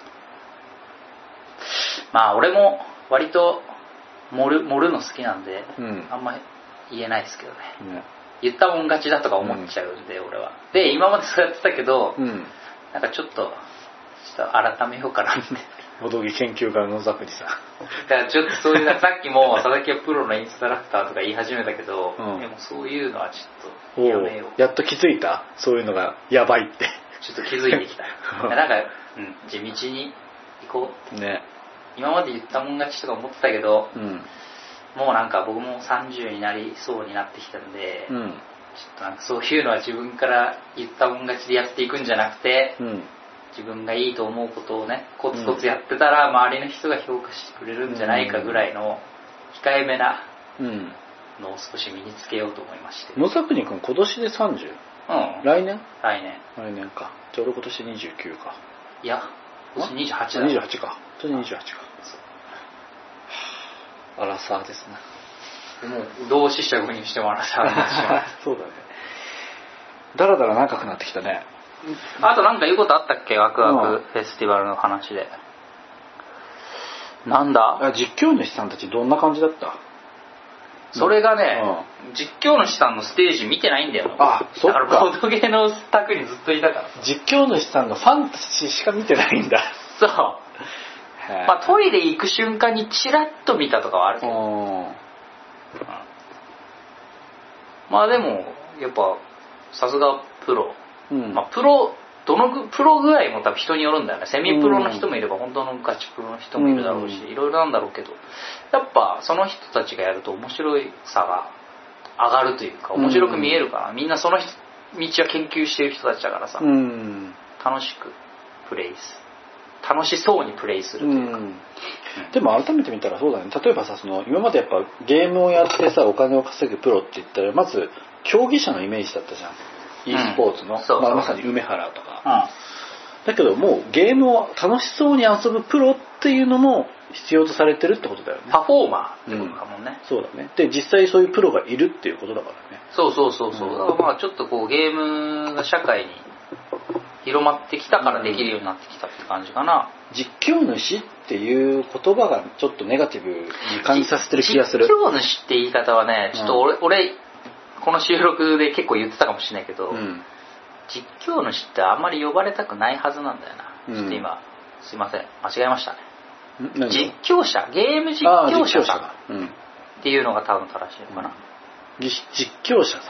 まあ俺も割と盛るの好きなんで、あんまり言えないですけどね。言ったもん勝ちだとか思っちゃうんで、俺は。で今までそうやってたけど、なんかちょっと改めようかなって。 ボドゲ研究家の野崎さん。 だからちょっとそういうさっきも佐々木はプロのインストラクターとか言い始めたけど、でもそういうのはちょっとやめよう。 やっと気づいた？そういうのがやばいって。 ちょっと気づいてきた。なんか、地道に行こうって。ね。今まで言ったもん勝ちとか思ってたけど、もうなんか僕も30になりそうになってきたんで、ちょっとなんかそういうのは自分から言ったもん勝ちでやっていくんじゃなくて、自分がいいと思うことをねコツコツやってたら周りの人が評価してくれるんじゃないかぐらいの控えめなのを少し身につけようと思いまして。 野崎君今年で 30？ 来年か。じゃあ俺今年29か。 いや今年28だ。 28か。今年28か。アラサーですね。 もう同志社5にしてもアラサーになってしまう。 そうだね。だらだら長くなってきたね。 あとなんか言うことあったっけ、ワクワクフェスティバルの話で。なんだ？ 実況主さんたちどんな感じだった？ それがね、実況主さんのステージ見てないんだよ。 そっか。 だからボードゲーの卓にずっといたから。 実況主さんのファンたちしか見てないんだ。 そう。まあトイレ行く瞬間にチラッと見たとかはあるけど。まあでもやっぱさすがプロ。まあプロ具合も多分人によるんだよね。セミプロの人もいれば本当のガチプロの人もいるだろうし、いろいろなんだろうけど、やっぱその人たちがやると面白いさが上がるというか、面白く見えるから、みんなその道は研究してる人たちだからさ、楽しくプレイ楽しそうにプレイするというか。 でも改めて見たらそうだね。例えばさ、今までやっぱゲームをやってさお金を稼ぐプロって言ったらまず競技者のイメージだったじゃん。e スポーツの、まさに梅原とか、 だけどもうゲームを楽しそうに遊ぶプロっていうのも必要とされてるってことだよね。 パフォーマーってことかもね、 そうだね。で実際そういうプロがいるっていうことだからね。 そう、だからまあちょっとこうゲームが社会に広まってきたからできるようになってきたって感じかな。 実況主っていう言葉がちょっとネガティブに感じさせてる気がする。 実況主って言い方はね、ちょっと俺この収録で結構言ってたかもしれないけど、実況主ってあんまり呼ばれたくないはずなんだよな。ちょっと今すいません、間違えましたね。実況者、ゲーム実況者さんっていうのが多分正しいのかな。 実況者さ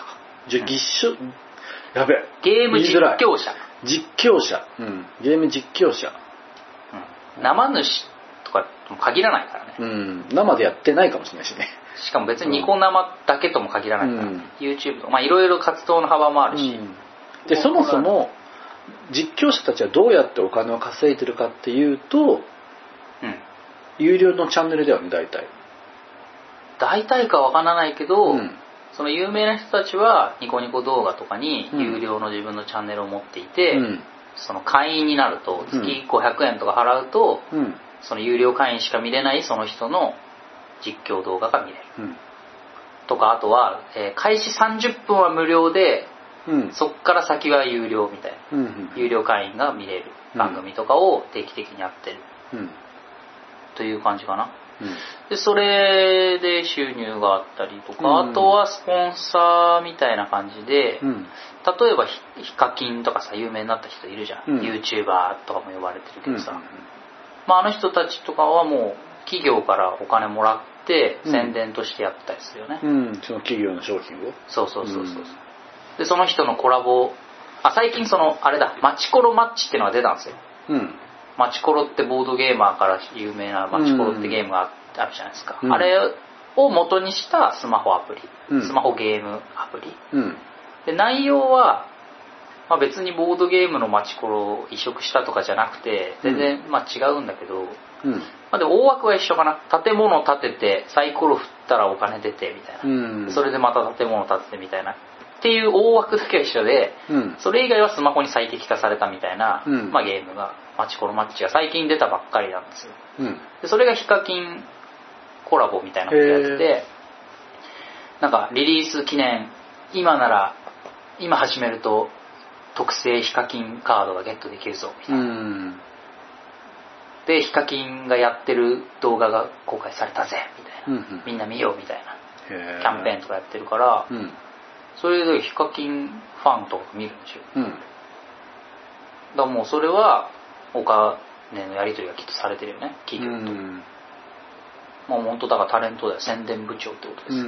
やべえ。 ゲーム実況者。 実況者。ゲーム実況者。 生主とかも限らないからね。 生でやってないかもしれないしね。 しかも別にニコ生だけとも限らないから、YouTube とか、まあいろいろ活動の幅もあるし。 で、そもそも実況者たちはどうやってお金を稼いでるかっていうと、有料のチャンネルだよね、大体。大体かわからないけど、その有名な人たちはニコニコ動画とかに有料の自分のチャンネルを持っていて、その会員になると月500円とか払うと、その有料会員しか見れないその人の実況動画が見れる、とか、あとは、開始30分は無料で、そっから先は有料みたいな、有料会員が見れる番組とかを定期的にやってる、という感じかな。でそれで収入があったりとか、あとはスポンサーみたいな感じで、例えばヒカキンとかさ、有名になった人いるじゃん、YouTuber とかも呼ばれてるけどさ、まあ、あの人たちとかはもう企業からお金もらって宣伝としてやってたりするよね、 その企業の商品を。 そう、でその人のコラボ、最近あれだ、マチコロマッチっていうのが出たんですよ。マチコロってボードゲーマーから有名なマチコロってゲームがあるじゃないですか、あれを元にしたスマホアプリ、スマホゲームアプリ、で内容は、まあ、別にボードゲームのマチコロを移植したとかじゃなくて全然まあ違うんだけど、まあ、でも大枠は一緒かな。建物を建ててサイコロ振ったらお金出てみたいな、それでまた建物を建ててみたいなっていう大枠だけは一緒で、それ以外はスマホに最適化されたみたいな、まあ、ゲームがマチコロマッチが最近出たばっかりなんですよ、でそれがヒカキンコラボみたいなことやってて、なんかリリース記念、今始めると特製ヒカキンカードがゲットできるぞみたいな、でヒカキンがやってる動画が公開されたぜみたいな、みんな見ようみたいなキャンペーンとかやってるから、それでヒカキンファンとか見るんですよ、だからもうそれはお金のやり取りがきっとされてるよね、企業と。まあ本当だからタレントだよ、宣伝部長ってことです。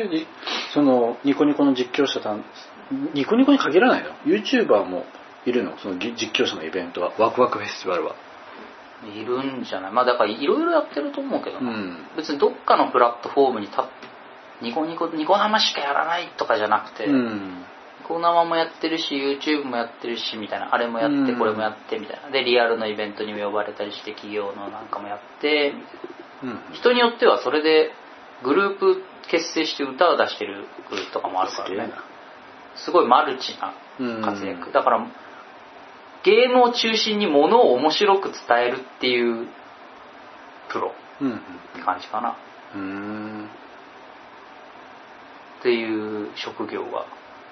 でそのニコニコの実況者さん、ニコニコに限らないの？ YouTuber もいるの？その実況者のイベントは、ワクワクフェスティバルは。 いるんじゃない？まあだからいろいろやってると思うけどな、別にどっかのプラットフォームにニコ生しかやらないとかじゃなくて、ニコ生もやってるし YouTube もやってるしみたいな、あれもやってこれもやってみたいな、でリアルのイベントにも呼ばれたりして企業のなんかもやってみたいな、人によってはそれでグループ結成して歌を出してるグループとかもあるからね、すごいマルチな活躍、だからゲームを中心にものを面白く伝えるっていうプロって感じかな、っていう職業が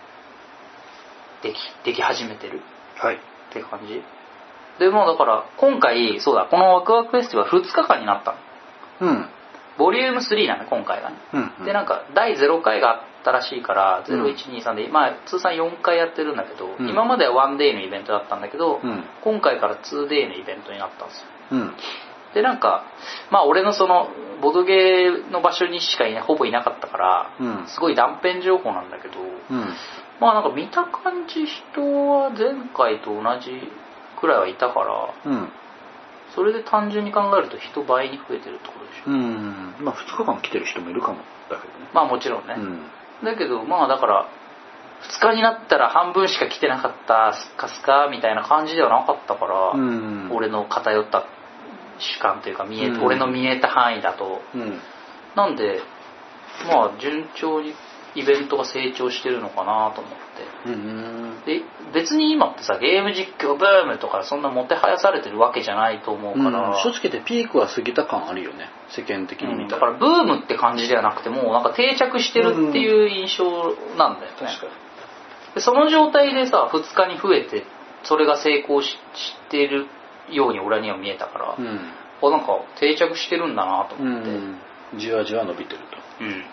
でき始めてるって感じで、もうだから今回そうだ、このワクワクフェスティバル2日間になったの、ボリューム3なの今回がね、でなんか第0回があったらしいから0123で、まあ通算4回やってるんだけど、今までは 1day のイベントだったんだけど、今回から 2day のイベントになったんですよ、でなんかまあ俺のそのボドゲーの場所にしかほぼいなかったから、すごい断片情報なんだけど、まあなんか見た感じ人は前回と同じくらいはいたから、それで単純に考えると人倍に増えてるってことでしょ。 まあ2日間来てる人もいるかもだけどね。 まあもちろんね、だけどまあだから2日になったら半分しか来てなかったスカスカみたいな感じではなかったから、俺の偏った主観というか俺の見えた範囲だと、なんでまあ順調にイベントが成長してるのかなと思って、で別に今ってさゲーム実況ブームとかそんなもてはやされてるわけじゃないと思うから、 正直言ってピークは過ぎた感あるよね、世間的に見たら、だからブームって感じではなくてもうなんか定着してるっていう印象なんだよね、確かに。でその状態でさ2日に増えてそれが成功してるように俺には見えたから、なんか定着してるんだなと思って、 じわじわ伸びてると、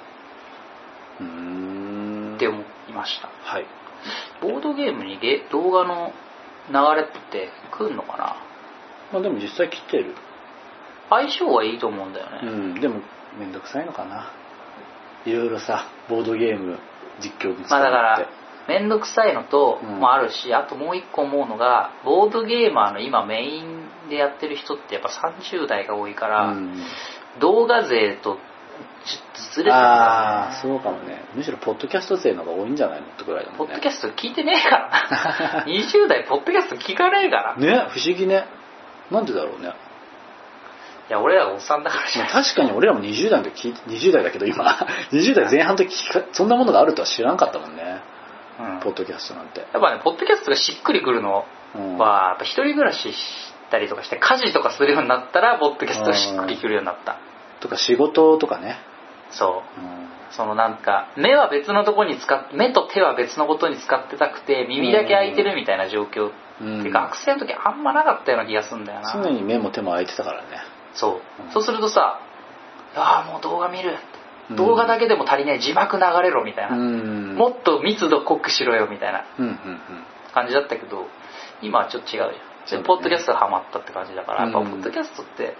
って思いました。 はい。 ボードゲームに動画の流れって来るのかな。 まあでも実際来てる。 相性はいいと思うんだよね。 でもめんどくさいのかな。いろいろさボードゲーム実況に使って。 まあだからめんどくさいのともあるし、あともう一個思うのがボードゲーマーの今メインでやってる人ってやっぱ30代が多いから、動画勢とずれてるんだよね。 ああそうかもね。むしろポッドキャスト勢の方が多いんじゃないのってくらいだもんね。 ポッドキャスト聞いてねえからな20代ポッドキャスト聞かねえからね。不思議ね。なんでだろうね。 いや俺らがおっさんだからじゃん。 確かに俺らも20代の時20代だけど今20代前半の時そんなものがあるとは知らんかったもんね、ポッドキャストなんて。 やっぱねポッドキャストがしっくりくるのは、やっぱ一人暮らししたりとかして家事とかするようになったらポッドキャストがしっくりくるようになった、 とか仕事とかね。 そう、そのなんか目は別のとこに目と手は別のことに使ってたくて耳だけ開いてるみたいな状況って学生の時あんまなかったような気がするんだよな。 常に目も手も開いてたからね。 そう、そうするとさもう動画見る、動画だけでも足りない字幕流れろみたいな、もっと密度濃くしろよみたいな感じだったけど今はちょっと違うじゃん。ポッドキャストがハマったって感じだから、やっぱポッドキャストって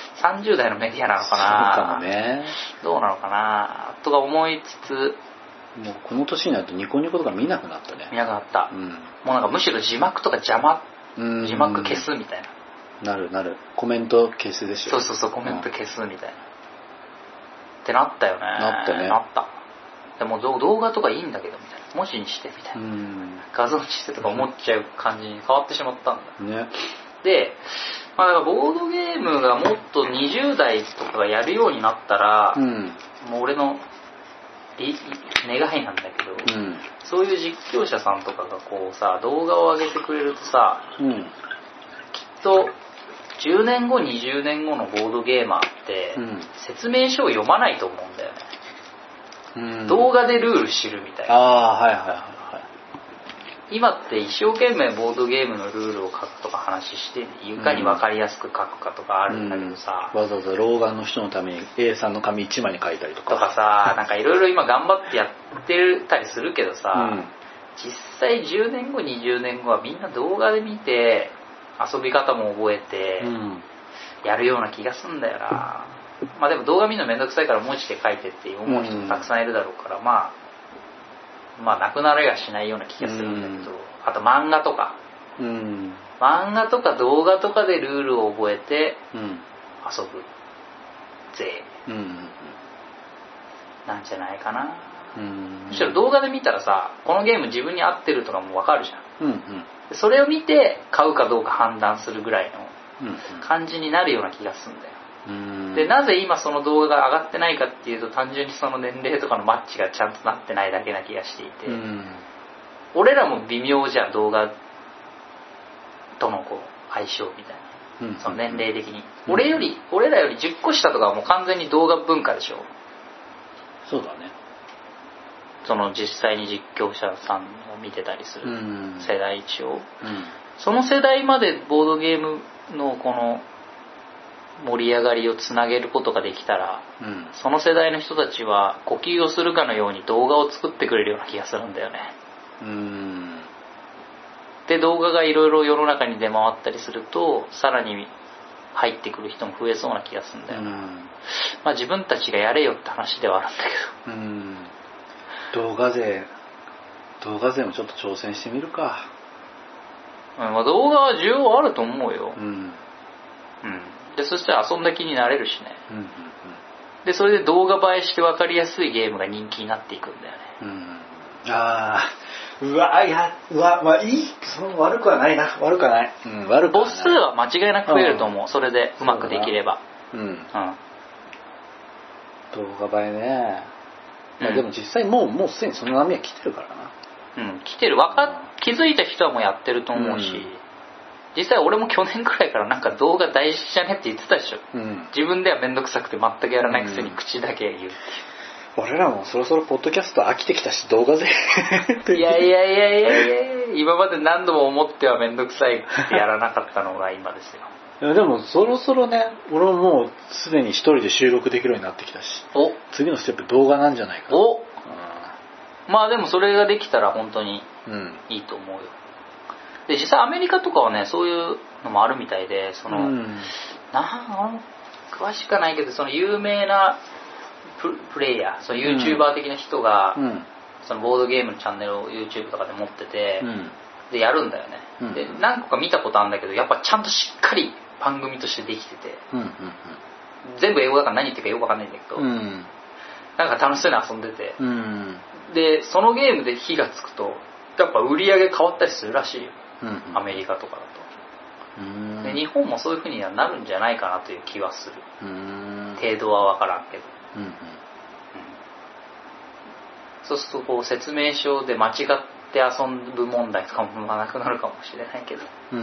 30代のメディアなのかな。 そうかもね。 どうなのかなとか思いつつ、 もうこの年になるとニコニコとか見なくなったね。 見なくなった、もうなんかむしろ字幕とか邪魔、字幕消すみたいな。 なるコメント消すでしょ。 そうコメント消すみたいな、ってなったよね。 なったね。 なった。でも動画とかいいんだけどみたいな、文字にしてみたいな、画像にしてとか思っちゃう感じに変わってしまったんだ、 ね。 で、だからボードゲームがもっと20代とかがやるようになったら、もう俺の願いなんだけど、そういう実況者さんとかがこうさ動画を上げてくれるとさ、きっと10年後20年後のボードゲーマーって、説明書を読まないと思うんだよね、動画でルール知るみたいな。今って一生懸命ボードゲームのルールを書くとか話していかに分かりやすく書くかとかあるんだけどさ、 わざわざ老眼の人のために A3 の紙1枚に書いたりとかさ、なんかいろいろ今頑張ってやってたりするけどさ、実際10年後20年後はみんな動画で見て遊び方も覚えてやるような気がすんだよな。まあでも動画見るのめんどくさいから文字で書いてって思う人もたくさんいるだろうから、まあなくなれはしないような気がするんだけど、あと漫画とか、漫画とか動画とかでルールを覚えて遊ぶぜ、なんじゃないかな。むしろ動画で見たらさこのゲーム自分に合ってるとかも分かるじゃん、それを見て買うかどうか判断するぐらいの感じになるような気がするんだよ。でなぜ今その動画が上がってないかっていうと単純にその年齢とかのマッチがちゃんとなってないだけな気がしていて、俺らも微妙じゃん動画とのこう相性みたいな、その年齢的に、俺らより10個下とかはもう完全に動画文化でしょ。 そうだね。 その実際に実況者さんを見てたりする世代一応、その世代までボードゲームのこの盛り上がりをつなげることができたら、その世代の人たちは呼吸をするかのように動画を作ってくれるような気がするんだよね。で動画がいろいろ世の中に出回ったりするとさらに入ってくる人も増えそうな気がするんだよな。まあ自分たちがやれよって話ではあるんだけど、動画勢もちょっと挑戦してみるか。 まあ動画は需要あると思うよ。でそしたら遊んだ気になれるしね、でそれで動画映えして分かりやすいゲームが人気になっていくんだよね。 まあいい、悪くはないな。悪くはない。 母数は間違いなく増えると思う、それでうまくできれば。 動画映えね。まあでも実際もうすでにその波は来てるからな。 来てる気づいた人はもうやってると思うし、実際俺も去年くらいからなんか動画大事じゃねって言ってたでしょ、自分では面倒くさくて全くやらないくせに口だけ言うっていう。 俺らもそろそろポッドキャスト飽きてきたし動画でいや今まで何度も思っては面倒くさいってやらなかったのが今ですよ。 いやでもそろそろね、俺ももうすでに一人で収録できるようになってきたし、次のステップ動画なんじゃないかな。 まあでもそれができたら本当にいいと思うよ。で実際アメリカとかはねそういうのもあるみたいで、その、詳しくはないけど、その有名なプレイヤー、その YouTuber 的な人が、そのボードゲームのチャンネルを YouTube とかで持ってて、でやるんだよね、で何個か見たことあるんだけど、やっぱちゃんとしっかり番組としてできてて、全部英語だから何言ってるかよく分かんないんだけど、なんか楽しそうに遊んでて、でそのゲームで火がつくとやっぱ売り上げ変わったりするらしいよ、アメリカとかだと。で日本もそういう風にはなるんじゃないかなという気はする。程度は分からんけど、そうするとこう説明書で間違って遊ぶ問題とかもなくなるかもしれないけど、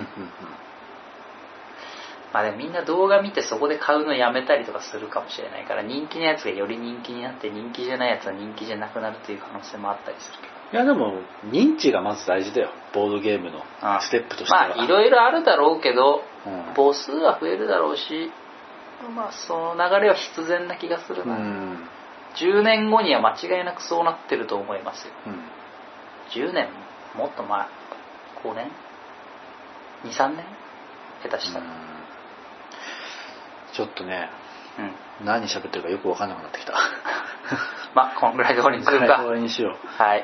まあでもみんな動画見てそこで買うのやめたりとかするかもしれないから、人気のやつがより人気になって人気じゃないやつは人気じゃなくなるという可能性もあったりするけど。 いやでも認知がまず大事だよ、ボードゲームのステップとしては。 まあいろいろあるだろうけど、母数は増えるだろうし、まあその流れは必然な気がするな。10年後には間違いなくそうなってると思いますよ。10年もっと前、5年 2,3 年下手したら。 ちょっとね、何喋ってるかよく分かんなくなってきた。 まあこのぐらいで終わりにするか。 終わりにしよう。 はい。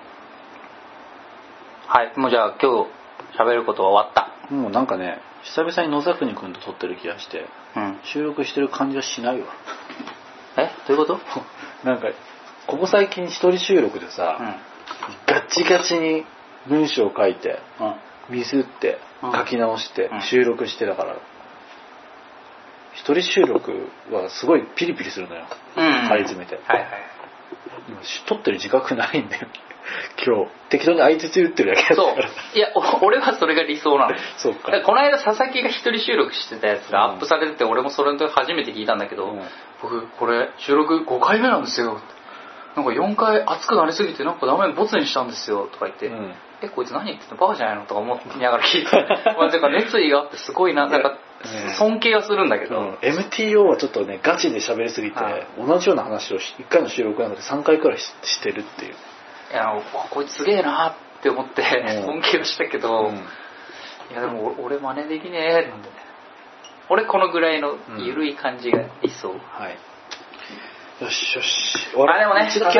もうじゃあ今日喋ることは終わった。 もうなんかね、久々に野崎くんと撮ってる気がして、収録してる感じはしないわ。 どういうこと？ なんかここ最近一人収録でさ、ガチガチに文章を書いて、ミスって書き直して収録してだから、一人収録はすごいピリピリするのよ、張り詰めて。今撮ってる自覚ないんだよ今日適当に相槌打ってるだけだから。 いや俺はそれが理想なの。 そうか。 この間佐々木が一人収録してたやつがアップされてて、俺もそれの時初めて聞いたんだけど、僕これ収録5回目なんですよ、なんか4回熱くなりすぎてなんかダメボツにしたんですよとか言って、こいつ何言ってんのバカじゃないのとか思いながら聞いてまあてか熱意があってすごいなんか尊敬はするんだけど、 MTO はちょっとねガチで喋りすぎて、同じような話を1回の収録なので3回くらいしてるっていう。 いやこいつすげえなって思って尊敬をしたけど、いやでも俺真似できねえって、俺このぐらいの緩い感じが理想。よしよし。 でもね、佐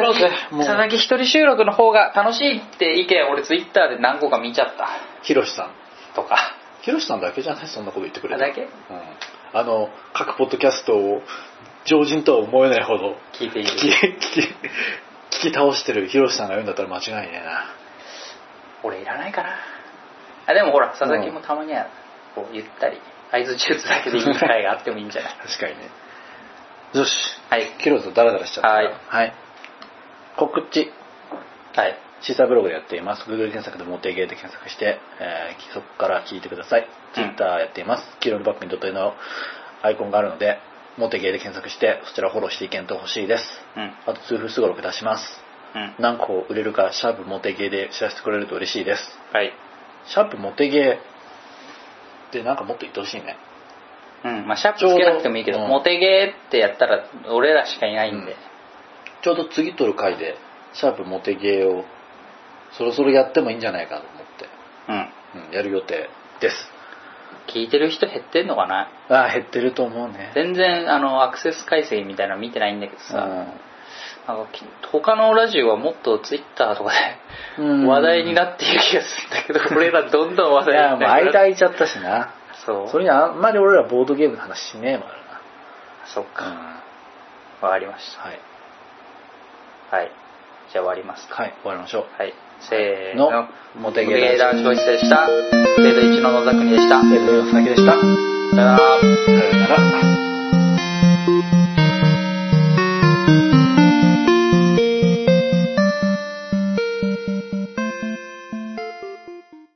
々木一人収録の方が楽しいって意見俺ツイッターで何個か見ちゃった。 ひろしさんとか。 ひろしさんだけじゃない、そんなこと言ってくれる。 だけ？ 各ポッドキャストを常人とは思えないほど聞いている。 聞き倒してるひろしさんが言うんだったら間違いねえな。 俺いらないかな。でもほら佐々木もたまにはこう言ったり合図打つだけでいい機会があってもいいんじゃない。 確かにね。よし。キロとダラダラしちゃった。告知。シーサーブログでやっています。Google 検索でモテゲーで検索して、そこから聞いてください。Twitter やっています。キロのバックにドット絵のアイコンがあるので、モテゲーで検索してそちらフォローしていけんと欲しいです。あと痛風すごろく出します。何個売れるかシャープモテゲーで知らせてくれると嬉しいです。シャープモテゲーでなんかもっと言ってほしいね。 まあシャープつけなくてもいいけど、モテゲーってやったら俺らしかいないんで、 ちょうど次撮る回でシャープモテゲーをそろそろやってもいいんじゃないかと思って、やる予定です。 聞いてる人減ってんのかな。 減ってると思うね。 全然アクセス解析みたいなの見てないんだけどさ、なんか他のラジオはもっとツイッターとかで話題になっている気がするんだけど、俺らどんどん話題になってる。 間空いちゃったしな。それにあんまり俺らボードゲームの話しねえもんな。 そっか。わかりました。じゃあ終わりますか。 終わりましょう。 せーの。モテゲー男子教室でした。生徒1の野崎でした。 生徒4の佐々木でした。 さよなら。